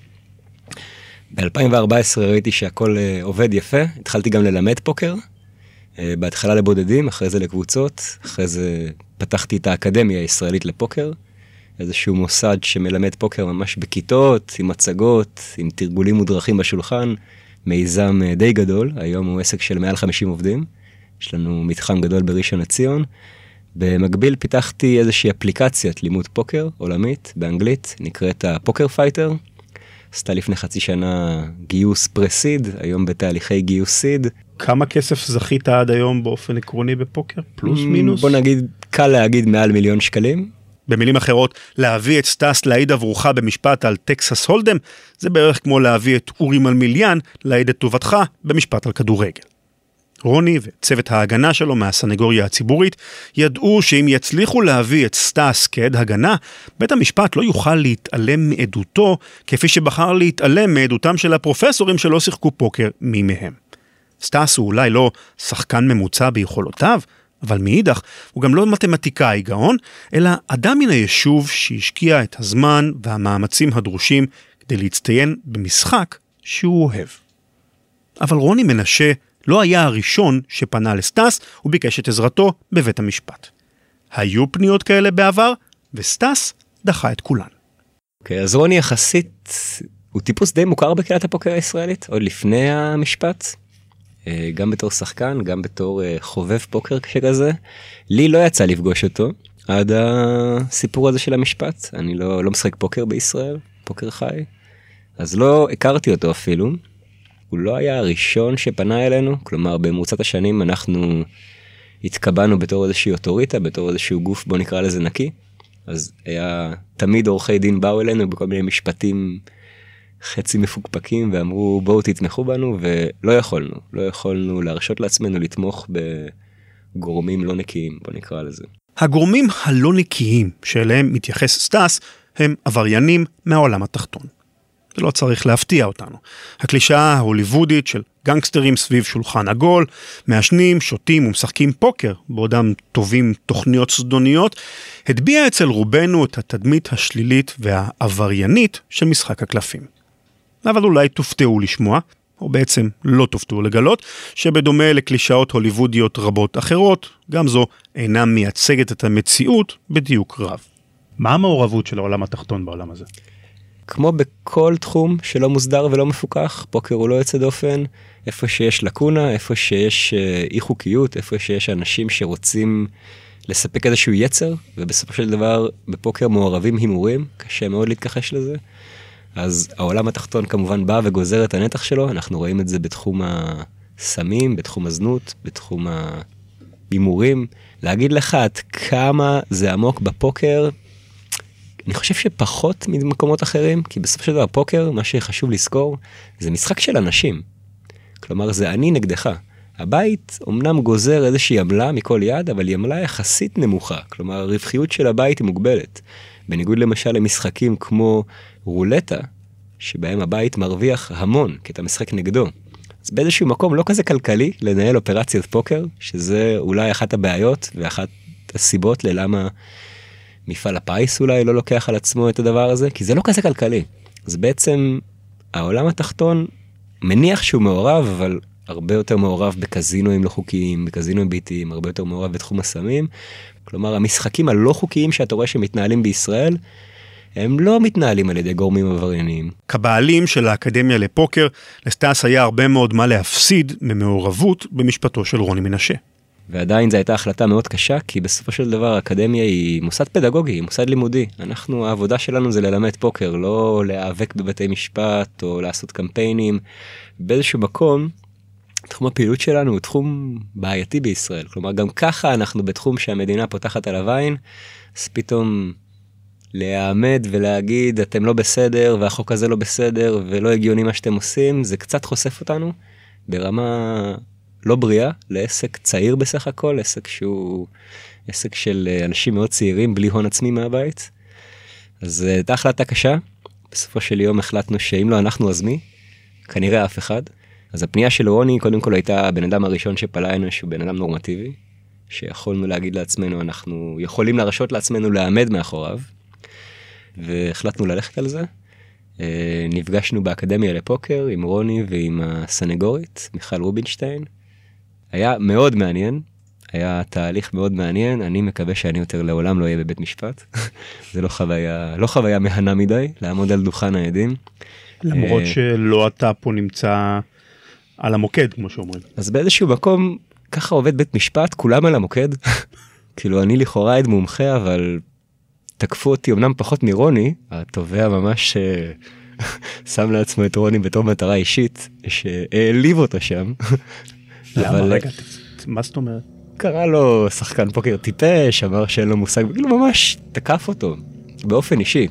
ב-2014 ראיתי שהכל עובד יפה, התחלתי גם ללמד פוקר, בהתחלה לבודדים, אחרי זה לקבוצות, אחרי זה פתחתי את האקדמיה הישראלית לפוקר, איזשהו מוסד שמלמד פוקר ממש בכיתות, עם מצגות, עם תרגולים מודרכים בשולחן, מיזם די גדול, היום הוא עסק של מעל 50 עובדים, יש לנו מתחם גדול בראשון לציון, במקביל פיתחתי איזושהי אפליקציית לימוד פוקר עולמית באנגלית, נקראת הפוקר פייטר, עשתה לפני חצי שנה גיוס פרסיד, היום בתהליכי גיוס סיד. כמה כסף זכית עד היום באופן עקרוני בפוקר? פלוס מינוס? בוא נגיד, קל להגיד מעל 1,000,000 שקלים. במילים אחרות, להביא את סטאס להעיד עבורך במשפט על טקסס הולדם, זה בערך כמו להביא את אורי מלמיליאן להעיד את טובתך במשפט על כדורגל. רוני וצוות ההגנה שלו מהסנגוריה הציבורית ידעו שאם יצליחו להביא את סטאס כעד הגנה, בית המשפט לא יוכל להתעלם מעדותו, כפי שבחר להתעלם מעדותם של הפרופסורים שלא שיחקו פוקר מי מהם. סטאס הוא אולי לא שחקן ממוצע ביכולותיו, אבל מאידך הוא גם לא מתמטיקאי גאון, אלא אדם מן היישוב שהשקיע את הזמן והמאמצים הדרושים כדי להצטיין במשחק שהוא אוהב. אבל רוני מנשה לא היה הראשון שפנה לסטאס וביקש את עזרתו בבית המשפט. היו פניות כאלה בעבר, וסטאס דחה את כולן. אוקיי, אז רוני יחסית, הוא טיפוס די מוכר בקהילת הפוקר הישראלית, עוד לפני המשפט, גם בתור שחקן, גם בתור חובב פוקר כשכזה. לי לא יצא לפגוש אותו, עד הסיפור הזה של המשפט. אני לא משחק פוקר בישראל, פוקר חי, אז לא הכרתי אותו אפילו. הוא לא היה הראשון שפנה אלינו, כלומר במרוצת השנים אנחנו התקבענו בתור איזושהי אוטוריטה, בתור איזשהו גוף, בוא נקרא לזה נקי, אז היה תמיד עורכי דין באו אלינו בכל מיני משפטים חצי מפוקפקים, ואמרו בואו תתמכו בנו, ולא יכולנו להרשות לעצמנו לתמוך בגורמים לא נקיים, בוא נקרא לזה. הגורמים הלא נקיים שאליהם מתייחס סטאס, הם עבריינים מהעולם התחתון. זה לא צריך להפתיע אותנו. הקלישאה ההוליוודית של גנגסטרים סביב שולחן עגול, מעשנים, שותים ומשחקים פוקר, בעודם טובים תוכניות סודוניות, הדביעה אצל רובנו את התדמית השלילית והעבריינית של משחק הקלפים. אבל אולי תופתעו לשמוע, או בעצם לא תופתעו לגלות, שבדומה לקלישאות הוליוודיות רבות אחרות, גם זו אינה מייצגת את המציאות בדיוק רב. מה המעורבות של העולם התחתון בעולם הזה? כמו בכל תחום שלא מוסדר ולא מפוקח, פוקר הוא לא יוצא דופן, איפה שיש לקונה, איפה שיש אי חוקיות, איפה שיש אנשים שרוצים לספק איזשהו יצר, ובסופו של דבר בפוקר מעורבים הימורים, קשה מאוד להתכחש לזה. אז העולם התחתון כמובן בא וגוזר את הנתח שלו, אנחנו רואים את זה בתחום הסמים, בתחום הזנות, בתחום ההימורים. להגיד לך עד כמה זה עמוק בפוקר, אני חושב שפחות ממקומות אחרים, כי בסופו של דבר פוקר, מה שחשוב לזכור, זה משחק של אנשים. כלומר, זה אני נגדך. הבית אומנם גוזר איזושהי עמלה מכל יד, אבל היא עמלה יחסית נמוכה. כלומר, הרווחיות של הבית היא מוגבלת. בניגוד למשל למשחקים כמו רולטה, שבהם הבית מרוויח המון, כי אתה משחק נגדו. אז באיזשהו מקום לא כזה כלכלי לנהל אופרציית פוקר, שזה אולי אחת הבעיות ואחת הסיבות ללמה מפעל הפיס אולי לא לוקח על עצמו את הדבר הזה, כי זה לא כזה כלכלי. אז בעצם העולם התחתון מניח שהוא מעורב, אבל הרבה יותר מעורב בקזינואים לא חוקיים, בקזינואים ביתיים, הרבה יותר מעורב בתחום הסמים. כלומר, המשחקים הלא חוקיים שאתה רואה שמתנהלים בישראל, הם לא מתנהלים על ידי גורמים עברייניים. כבעלים של האקדמיה לפוקר, לסטאס היה הרבה מאוד מה להפסיד ממעורבות במשפטו של רוני מנשה. ועדיין זו הייתה החלטה מאוד קשה, כי בסופו של דבר האקדמיה היא מוסד פדגוגי, היא מוסד לימודי. העבודה שלנו זה ללמד פוקר, לא להיאבק בבתי משפט או לעשות קמפיינים. באיזשהו מקום, תחום הפעילות שלנו הוא תחום בעייתי בישראל. כלומר, גם ככה אנחנו בתחום שהמדינה פותחת עליו עין, אז פתאום להעמד ולהגיד, אתם לא בסדר, והחוק הזה לא בסדר, ולא הגיוני מה שאתם עושים, זה קצת חושף אותנו ברמה לא בריאה, לעסק צעיר בסך הכל, עסק שהוא עסק של אנשים מאוד צעירים, בלי הון עצמי מהבית. אז הייתה החלטה קשה, בסופו של יום החלטנו שאם לא אנחנו אז מי, כנראה אף אחד. אז הפנייה של רוני קודם כל הייתה הבן אדם הראשון שפלה אלינו, שהוא בן אדם נורמטיבי, שיכולנו להגיד לעצמנו, אנחנו יכולים להרשות לעצמנו לעמד מאחוריו, והחלטנו ללכת על זה. נפגשנו באקדמיה לפוקר עם רוני ועם הסנגורית, מיכל רובינשטיין. היה מאוד מעניין, היה תהליך מאוד מעניין, אני מקווה שאני יותר לעולם לא אהיה בבית משפט. זה לא חוויה מהנה מדי, לעמוד על דוכן העדים. למרות שלא אתה פה נמצא על המוקד, כמו שאומרים. אז באיזשהו מקום, ככה עובד בית משפט, כולם על המוקד. כאילו אני לכאורה עד מומחה, אבל תקפו אותי, אמנם פחות מרוני, התובע ממש שם לעצמו את רוני בתור מטרה אישית, שהעליב אותו שם. למה? רגע, מה זאת אומרת? קרא לו שחקן פוקר טיפש, אמר שאין לו מושג, כאילו ממש תקף אותו, באופן אישי.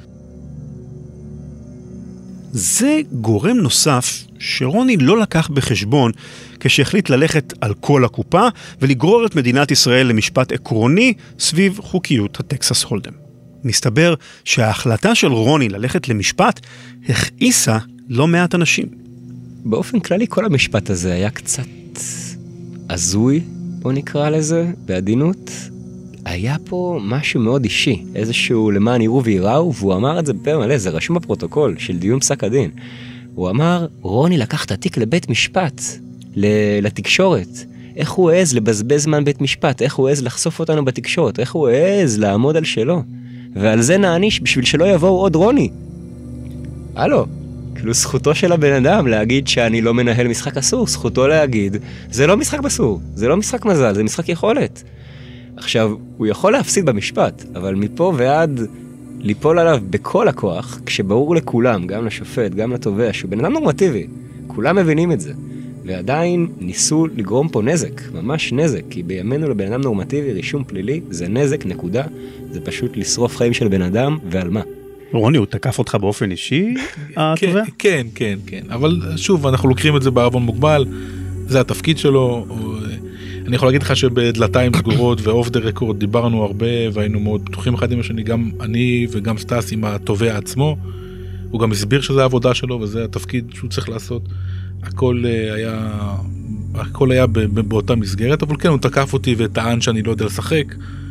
זה גורם נוסף שרוני לא לקח בחשבון כשהחליט ללכת על כל הקופה ולגרור את מדינת ישראל למשפט עקרוני סביב חוקיות הטקסס הולדם. מסתבר שההחלטה של רוני ללכת למשפט הכעיסה לא מעט אנשים. באופן כללי כל המשפט הזה היה קצת הזוי, בוא נקרא לזה, בעדינות. היה פה משהו מאוד אישי, איזשהו למען יראו ויראו, והוא אמר את זה בפה מלא, זה רשום בפרוטוקול של דיון פסק הדין. הוא אמר, רוני לקח את התיק לבית משפט, לתקשורת. איך הוא העז לבזבז זמן בית משפט, איך הוא העז לחשוף אותנו בתקשורת, איך הוא העז לעמוד על שלו. ועל זה נעניש בשביל שלא יבואו עוד רוני. הלו, כאילו זכותו של הבן אדם להגיד שאני לא מנהל משחק אסור, זכותו להגיד, זה לא משחק בסור, זה לא משחק מזל, זה משחק יכולת. עכשיו, הוא יכול להפסיד במשפט, אבל מפה ועד ליפול עליו בכל הכוח, כשברור לכולם, גם לשופט, גם לתובע, שהוא בן אדם נורמטיבי, כולם מבינים את זה. ועדיין ניסו לגרום פה נזק, ממש נזק, כי בימינו לבן אדם נורמטיבי, רישום פלילי, זה נזק, נקודה, זה פשוט לשרוף חיים של בן אדם, ועל מה? רוני, הוא תקף אותך באופן אישי, התובע? כן, כן, כן, אבל שוב, אנחנו לוקחים את זה בערבון מוגבל, זה התפקיד שלו, אני יכול להגיד לך שבדלתיים סגורות ואוף דה רקורד דיברנו הרבה, והיינו מאוד פתוחים אחד עם השני, גם אני וגם סטס עם התובע עצמו, הוא גם הסביר שזה העבודה שלו, וזה התפקיד שהוא צריך לעשות, הכל היה באותה מסגרת, אבל כן, הוא תקף אותי וטען שאני לא יודע לשחק,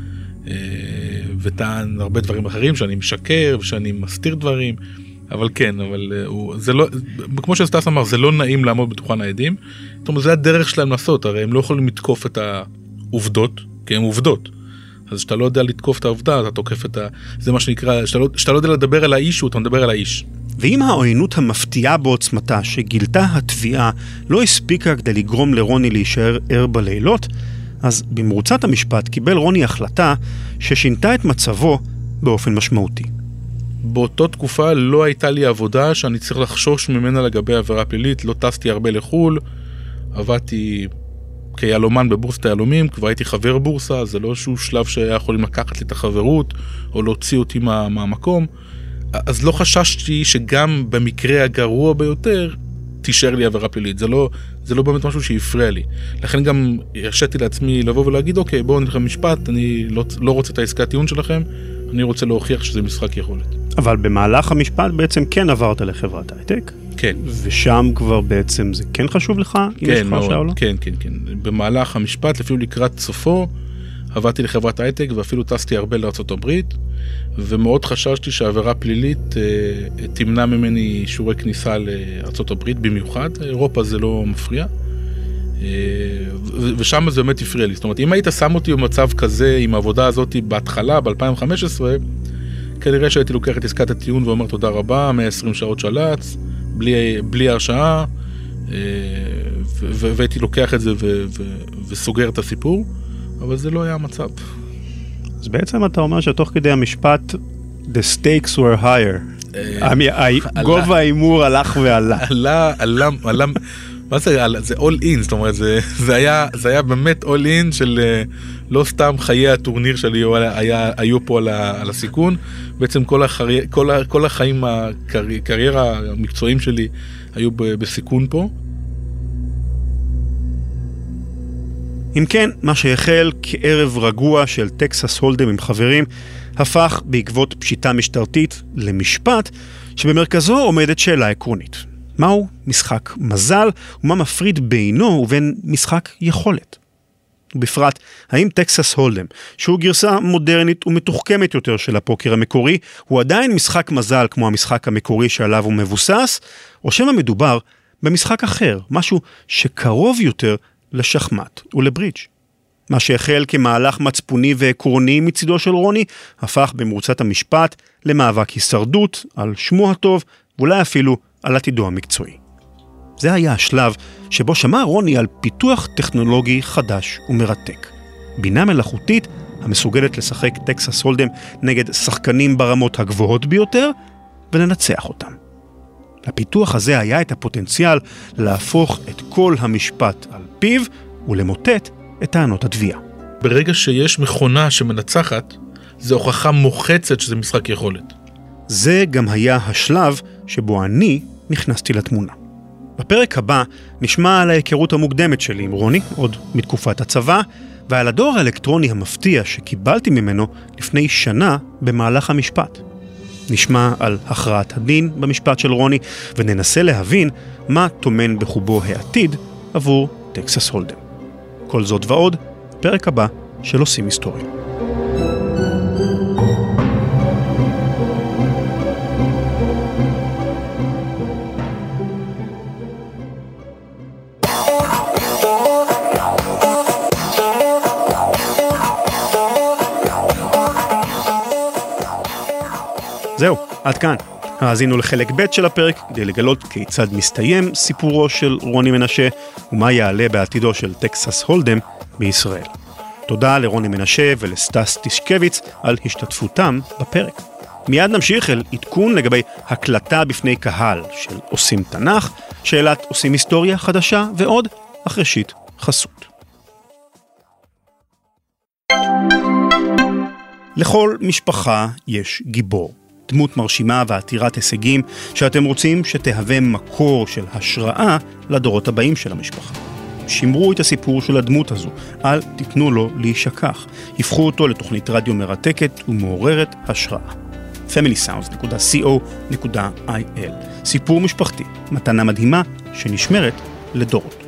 וטען הרבה דברים אחרים, שאני משקר, ושאני מסתיר דברים, אבל כן, זה לא, כמו שסטס אמר, זה לא נעים לעמוד בתוכן העדים, זאת אומרת, זה הדרך שלהם לעשות, הרי הם לא יכולים לתקוף את העובדות, כי הם עובדות, אז שאתה לא יודע לתקוף את העובדה, אתה תוקף את זה מה שנקרא, שאתה לא יודע לדבר על האיש, אתה מדבר על האיש. ואם העוינות המפתיעה בעוצמתה שגילתה התביעה לא הספיקה כדי לגרום לרוני להישאר ער בלילות, אז במרוצת המשפט קיבל רוני החלטה ששינתה את מצבו באופן משמעותי. באותו תקופה לא הייתה לי עבודה שאני צריך לחשוש ממנה לגבי עבירה פלילית, לא טסתי הרבה לחול, עבדתי כיהלומן בבורסת היהלומים, כבר הייתי חבר בורסה, זה לא איזשהו שלב שהיה יכולים לקחת לי את החברות או להוציא אותי מהמקום, אז לא חששתי שגם במקרה הגרוע ביותר תישאר לי עבירה פלילית, זה לא באמת משהו שיפריע לי. לכן גם הרשיתי לעצמי לבוא ולהגיד, אוקיי, בואו נלך למשפט, אני לא רוצה את העסקת טיעון שלכם, אני רוצה להוכיח שזה משחק יכולת. אבל במהלך המשפט בעצם כן עברת לחברת הייטק? כן. ושם כבר בעצם זה כן חשוב לך? כן, מאוד, כן. במהלך המשפט, אפילו לקראת סופו, עבדתי לחברת הייטק ואפילו טסתי הרבה לארצות הברית, ומאוד חששתי שהעבירה פלילית תמנע ממני אישורי כניסה לארצות הברית במיוחד, אירופה זה לא מפריע, ושם זה באמת הפריע לי. זאת אומרת, אם היית שם אותי במצב כזה עם העבודה הזאת בהתחלה, ב-2015, כנראה שהייתי לוקח את עסקת הטיעון ואומר תודה רבה, 120 שעות שלץ, בלי הרשעה, והייתי לוקח את זה וסוגר את הסיפור. אבל זה לא היה המצב. אז בעצם אתה אומר שתוך כדי המשפט, the stakes were higher. גובה האימור הלך ועלה. עלה, מה זה? זה all in, זאת אומרת, זה היה באמת all in של לא סתם חיי הטורניר שלי היו פה על הסיכון, בעצם כל החיים, הקריירה המקצועיים שלי היו בסיכון פה. אם כן, מה שהחל כערב רגוע של טקסס הולדם עם חברים, הפך בעקבות פשיטה משטרתית למשפט, שבמרכזו עומדת שאלה עקרונית. מהו משחק מזל, ומה מפריד בינו ובין משחק יכולת? ובפרט, האם טקסס הולדם, שהוא גרסה מודרנית ומתוחכמת יותר של הפוקר המקורי, הוא עדיין משחק מזל כמו המשחק המקורי שעליו הוא מבוסס, או שמא מדובר במשחק אחר, משהו שקרוב יותר לשחמט ולברידג'. מה שהחל כמהלך מצפוני ועקרוני מצידו של רוני, הפך במרוצת המשפט למאבק הישרדות על שמו הטוב, ואולי אפילו על עתידו המקצועי. זה היה השלב שבו שמע רוני על פיתוח טכנולוגי חדש ומרתק. בינה מלאכותית המסוגלת לשחק טקסס הולדם נגד שחקנים ברמות הגבוהות ביותר, ולנצח אותם. לפיתוח הזה היה את הפוטנציאל להפוך את כל המשפט על פיו ולמוטט את טענות התביעה. ברגע שיש מכונה שמנצחת, זה הוכחה מוחצת שזה משחק יכולת. זה גם היה השלב שבו אני נכנסתי לתמונה. בפרק הבא נשמע על ההיכרות המוקדמת שלי עם רוני, עוד מתקופת הצבא, ועל הדואר האלקטרוני המפתיע שקיבלתי ממנו לפני שנה במהלך המשפט. נשמע על הכרעת הדין במשפט של רוני, וננסה להבין מה טומן בחובו העתיד עבור טקסס הולדם. כל זאת ועוד, פרק הבא של עושים היסטוריה. זהו, עד כאן. האזינו לחלק ב' של הפרק כדי לגלות כיצד מסתיים סיפורו של רוני מנשה ומה יעלה בעתידו של טקסס הולדם בישראל. תודה לרוני מנשה ולסטס טישקביץ על השתתפותם בפרק. מיד נמשיך אל עדכון לגבי הקלטה בפני קהל של עושים תנ"ך, שאלת עושים היסטוריה חדשה ועוד אחרי שיט חסות. לכל משפחה יש גיבור. דמות מרשימה ועתירת הישגים שאתם רוצים שתהווה מקור של השראה לדורות הבאים של המשפחה. שמרו את הסיפור של הדמות הזו, אל תיתנו לו להישכח. הפכו אותו לתוכנית רדיו מרתקת ומעוררת השראה. familysounds.co.il. סיפור משפחתי, מתנה מדהימה שנשמרת לדורות.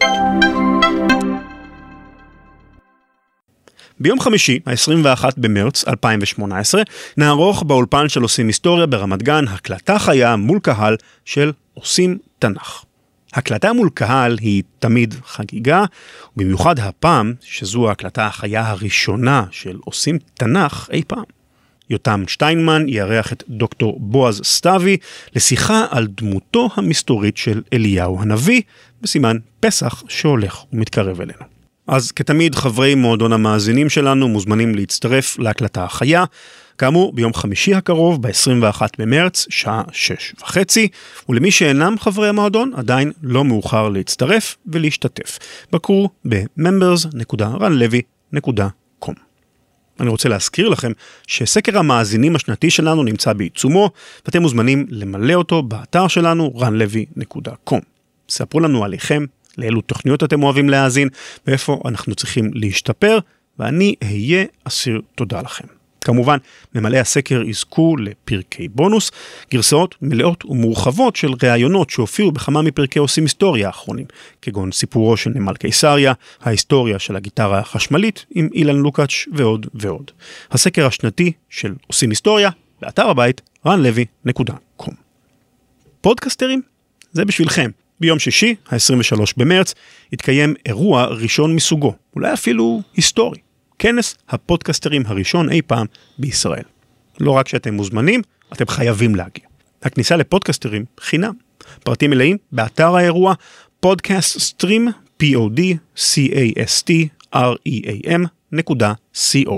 ביום חמישי, ה-21 במרץ 2018, נערוך באולפן של עושים היסטוריה ברמת גן הקלטה חיה מול קהל של עושים תנ"ך. הקלטה מול קהל היא תמיד חגיגה, ובמיוחד הפעם שזו ההקלטה החיה הראשונה של עושים תנ"ך אי פעם. יותם שטיינמן יארח את דוקטור בועז סטאבי לשיחה על דמותו המסתורית של אליהו הנביא, בסימן פסח שהולך ומתקרב אלינו. אז כתמיד חברי מועדון המאזינים שלנו מוזמנים להצטרף להקלטה החיה, כאמור ביום חמישי הקרוב ב-21 במרץ, שעה 6:30, ולמי שאינם חברי המועדון עדיין לא מאוחר להצטרף ולהשתתף. בקרו ב-members.ranlevy.com. אני רוצה להזכיר לכם שסקר המאזינים השנתי שלנו נמצא בעיצומו, ואתם מוזמנים למלא אותו באתר שלנו ranlevy.com. ספרו לנו עליכם, לאילו תוכניות אתם אוהבים להאזין, ואיפה אנחנו צריכים להשתפר, ואני אהיה אסיר תודה לכם. כמובן, ממלאי הסקר יזכו לפרקי בונוס, גרסאות מלאות ומורחבות של ראיונות שהופיעו בכמה מפרקי עושים היסטוריה האחרונים, כגון סיפורו של נמל קיסריה, ההיסטוריה של הגיטרה החשמלית עם אילן לוקאץ' ועוד ועוד. הסקר השנתי של עושים היסטוריה, באתר הבית ranlevy.com. פודקסטרים? זה בשבילכם. ביום שישי, ה-23 במרץ, התקיים אירוע ראשון מסוגו, אולי אפילו היסטורי. כנס הפודקסטרים הראשון אי פעם בישראל. לא רק שאתם מוזמנים, אתם חייבים להגיע. הכניסה לפודקסטרים חינם. פרטים מלאים באתר האירוע podcaststream.com. www.co.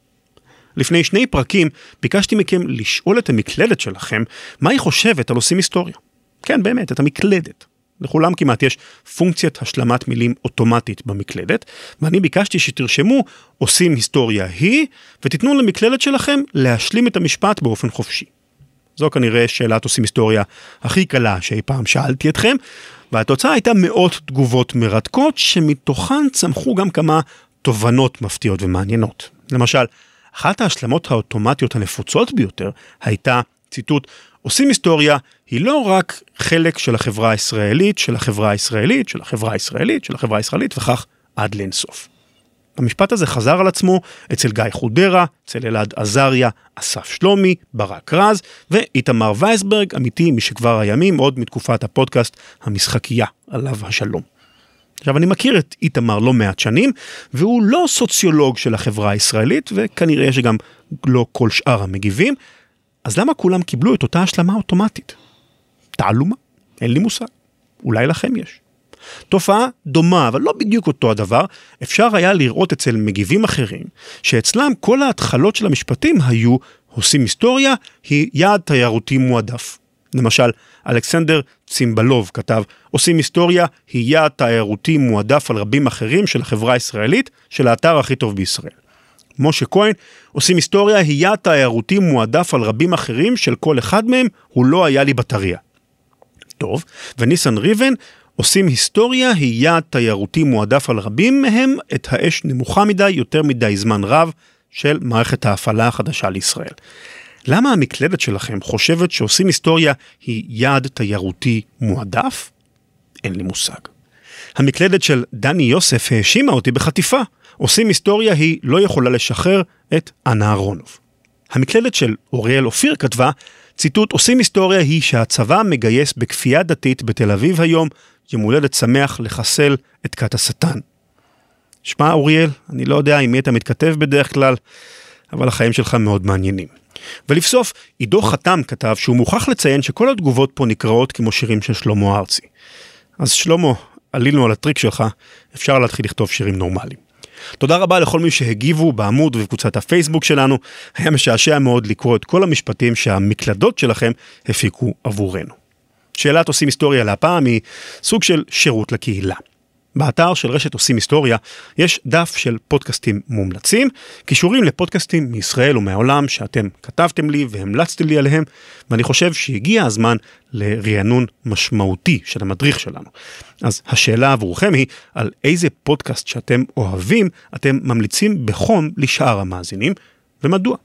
לפני 2 פרקים ביקשתי מכם לשאול את המקלדת שלכם מה היא חושבת על עושים היסטוריה. כן, באמת, את המקלדת. לכולם כמעט יש פונקציית השלמת מילים אוטומטית במקלדת, ואני ביקשתי שתרשמו עושים היסטוריה היא, ותיתנו למקלדת שלכם להשלים את המשפט באופן חופשי. זו כנראה שאלת עושים היסטוריה הכי קלה שאי פעם שאלתי אתכם, והתוצאה הייתה מאות תגובות מרתקות, שמתוכן צמחו גם כמה תובנות מפתיעות ומעניינות. למשל, אחת ההשלמות האוטומטיות הנפוצות ביותר הייתה, ציטוט, עושים היסטוריה היא לא רק חלק של החברה הישראלית, של החברה הישראלית, של החברה הישראלית, של החברה הישראלית, וכך עד לאינסוף. המשפט הזה חזר על עצמו אצל גיא חודרה, אצל אלעד עזריה, אסף שלומי, ברק רז, ואיתמר וייסברג, אמיתי משכבר הימים, עוד מתקופת הפודקאסט המשחקייה, עליו השלום. עכשיו, אני מכיר את איתמר לא מעט שנים, והוא לא סוציולוג של החברה הישראלית, וכנראה שגם לא כל שאר המגיבים, אז למה כולם קיבלו את אותה השלמה אוטומטית? תעלומה? אין לי מושג. אולי לכם יש. תופעה דומה, אבל לא בדיוק אותו הדבר, אפשר היה לראות אצל מגיבים אחרים, שאצלם כל ההתחלות של המשפטים היו, עושים היסטוריה, היא יעד תיירותי מועדף. למשל, אלכסנדר צימבלוב כתב, עושים היסטוריה, היא יעד תיירותי מועדף על רבים אחרים של החברה הישראלית, של האתר הכי טוב בישראל. משה כהן, עושים היסטוריה, היא יעד תיירותי מועדף על רבים אחרים, של כל אחד מהם, הוא לא היה לי בטריה. טוב, וניסן ריבן, עושים היסטוריה, היא יעד תיירותי מועדף על רבים מהם, את האש נמוכה מדי, יותר מדי זמן רב, של מערכת ההפעלה החדשה לישראל. למה המקלדת שלכם חושבת שעושים היסטוריה היא יעד תיירותי מועדף? אין לי מושג. המקלדת של דני יוסף האשימה אותי בחטיפה. עושים היסטוריה היא לא יכולה לשחרר את אנה אהרונוב. המקלדת של אוריאל אופיר כתבה, ציטוט, עושים היסטוריה היא שהצבא מגייס בכפייה דתית בתל אביב היום, יום הולדת שמח לחסל את כת השטן. שמע אוריאל, אני לא יודע עם מי אתה מתכתב בדרך כלל, אבל החיים שלך מאוד מעניינים. ולבסוף, עידו חתם כתב שהוא מוכרח לציין שכל התגובות פה נקראות כמו שירים של שלמה ארצי. אז שלמה, עלינו על הטריק שלך, אפשר להתחיל לכתוב שירים נורמליים. תודה רבה לכל מי שהגיבו בעמוד ובקבוצת הפייסבוק שלנו, היה משעשע מאוד לקרוא את כל המשפטים שהמקלדות שלכם הפיקו עבורנו. שאלת עושים היסטוריה להפעם היא סוג של שירות לקהילה. באתר של רשת עושים היסטוריה יש דף של פודקאסטים מומלצים, קישורים לפודקאסטים מישראל ומהעולם שאתם כתבתם לי והמלצתם לי עליהם, ואני חושב שהגיע הזמן לרענון משמעותי של המדריך שלנו. אז השאלה עבורכם היא על איזה פודקאסט שאתם אוהבים, אתם ממליצים בחום לשאר המאזינים, ומדוע?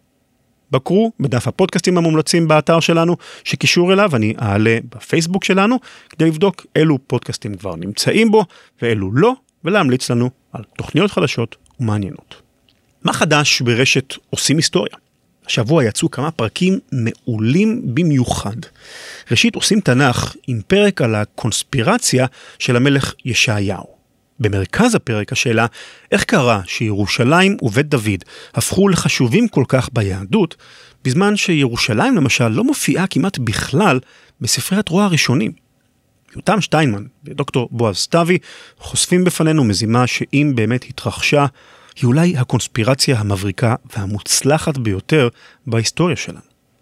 בקרו בדף הפודקאסטים המומלצים באתר שלנו, שקישור אליו אני אעלה בפייסבוק שלנו, כדי לבדוק אילו פודקאסטים כבר נמצאים בו, ואילו לא, ולהמליץ לנו על תוכניות חדשות ומעניינות. מה חדש ברשת עושים היסטוריה? השבוע יצאו כמה פרקים מעולים במיוחד. ראשית עושים תנ"ך עם פרק על הקונספירציה של המלך ישעיהו. במרכז הפרק השאלה, איך קרה שירושלים ובית דוד הפכו לחשובים כל כך ביהדות, בזמן שירושלים למשל לא מופיעה כמעט בכלל בספרי התורה הראשונים. יותם שטיינמן ודוקטור בועז סתיוי חושפים בפנינו מזימה שאם באמת התרחשה, היא אולי הקונספירציה המבריקה והמוצלחת ביותר בהיסטוריה שלנו.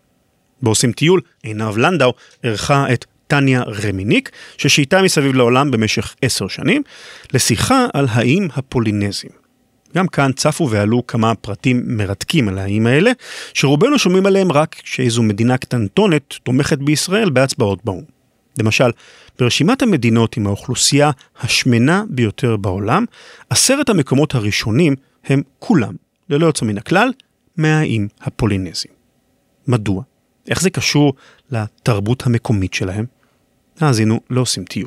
בעושים טיול, עינב לנדאו ערכה את טניה רמיניק, ששהיתה מסביב לעולם במשך 10 שנים, לשיחה על האיים הפולינזיים. גם כאן צפו ועלו כמה פרטים מרתקים על האיים האלה, שרובנו שומעים עליהם רק שאיזו מדינה קטנטונת תומכת בישראל בהצבעות באו"ם. למשל, ברשימת המדינות עם האוכלוסייה השמנה ביותר בעולם, 10 המקומות הראשונים הם כולם, ללא יוצא מן הכלל, מהאיים הפולינזיים. מדוע? איך זה קשור לתרבות המקומית שלהם? האזינו לא עושים טיול.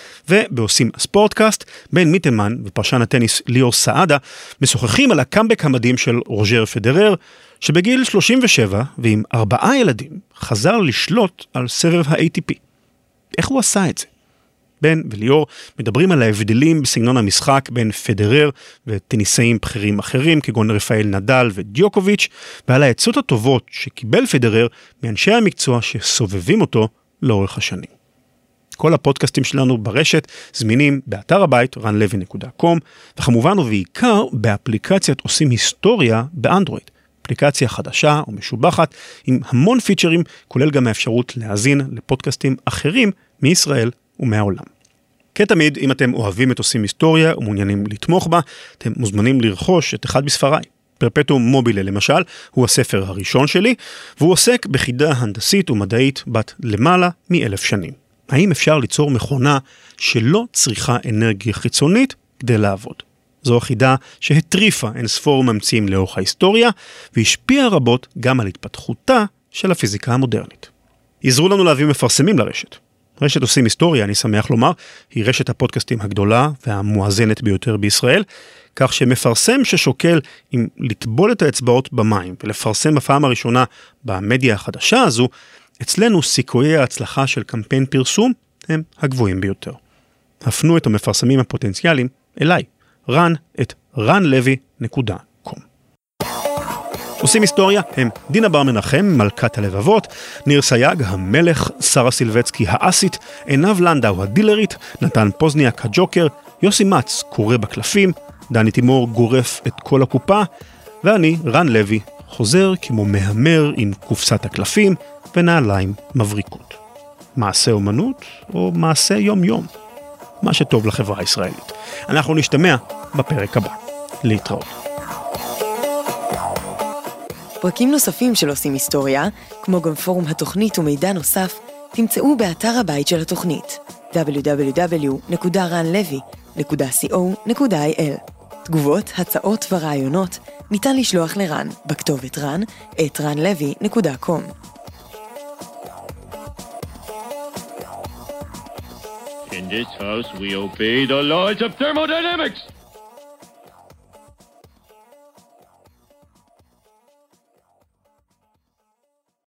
ובעושים הספורטקאסט, בן מיטלמן ופרשן הטניס ליאור סעדה משוחחים על הקאמבק המדהים של רוג'ר פדרר, שבגיל 37 ועם 4 ילדים חזר לשלוט על סבב ה-ATP. איך הוא עשה את זה? בן וליאור מדברים על ההבדלים בסגנון המשחק בין פדרר וטניסאים בכירים אחרים כגון רפאל נדל ודיוקוביץ', ועל העצות הטובות שקיבל פדרר מאנשי המקצוע שסובבים אותו לאורך השנים. כל הפודקאסטים שלנו ברשת זמינים באתר הבית ranlevy.com, וכמובן ובעיקר באפליקציית עושים היסטוריה באנדרואיד. אפליקציה חדשה ומשובחת עם המון פיצ'רים, כולל גם האפשרות להאזין לפודקאסטים אחרים מישראל ומהעולם. כתמיד, אם אתם אוהבים את עושים היסטוריה ומעוניינים לתמוך בה, אתם מוזמנים לרכוש את אחד בספריי. פרפטום מובילה למשל, הוא הספר הראשון שלי, והוא עוסק בחידה הנדסית ומדעית בת למעלה מ1,000 שנים. האם אפשר ליצור מכונה שלא צריכה אנרגיה חיצונית כדי לעבוד? זו החידה שהטריפה אין ספור ממציאים לאורך ההיסטוריה, והשפיעה רבות גם על התפתחותה של הפיזיקה המודרנית. עזרו לנו להביא מפרסמים לרשת. רשת עושים היסטוריה, אני שמח לומר, היא רשת הפודקאסטים הגדולה והמואזנת ביותר בישראל, כך שמפרסם ששוקל אם לטבול את האצבעות במים ולפרסם בפעם הראשונה במדיה החדשה הזו, אצלנו סיכויי ההצלחה של קמפיין פרסום הם הגבוהים ביותר. הפנו את המפרסמים הפוטנציאליים אליי, run@ranlevy.com. עושים היסטוריה הם דינה בר מנחם, מלכת הלבבות, ניר סייג, המלך, שרה סילבצקי, האסית, עינב לנדאו, הדילרית, נתן פוזניאק, הג'וקר, יוסי מצ, קורא בקלפים, דני תימור, גורף את כל הקופה, ואני, רן לוי, חוזר כמו מהמר עם קופסת הקלפים ונעליים מבריקות. מעשה אומנות או מעשה יום-יום? מה שטוב לחברה הישראלית. אנחנו נשתמע בפרק הבא. להתראות. פרקים נוספים של עושים היסטוריה, כמו גם פורום התוכנית ומידע נוסף, תמצאו באתר הבית של התוכנית, www.ranlevy.co.il. תגובות, הצעות ורעיונות ניתן לשלוח לרן בכתובת ran@ranlevy.com. In this house we obey the laws of thermodynamics.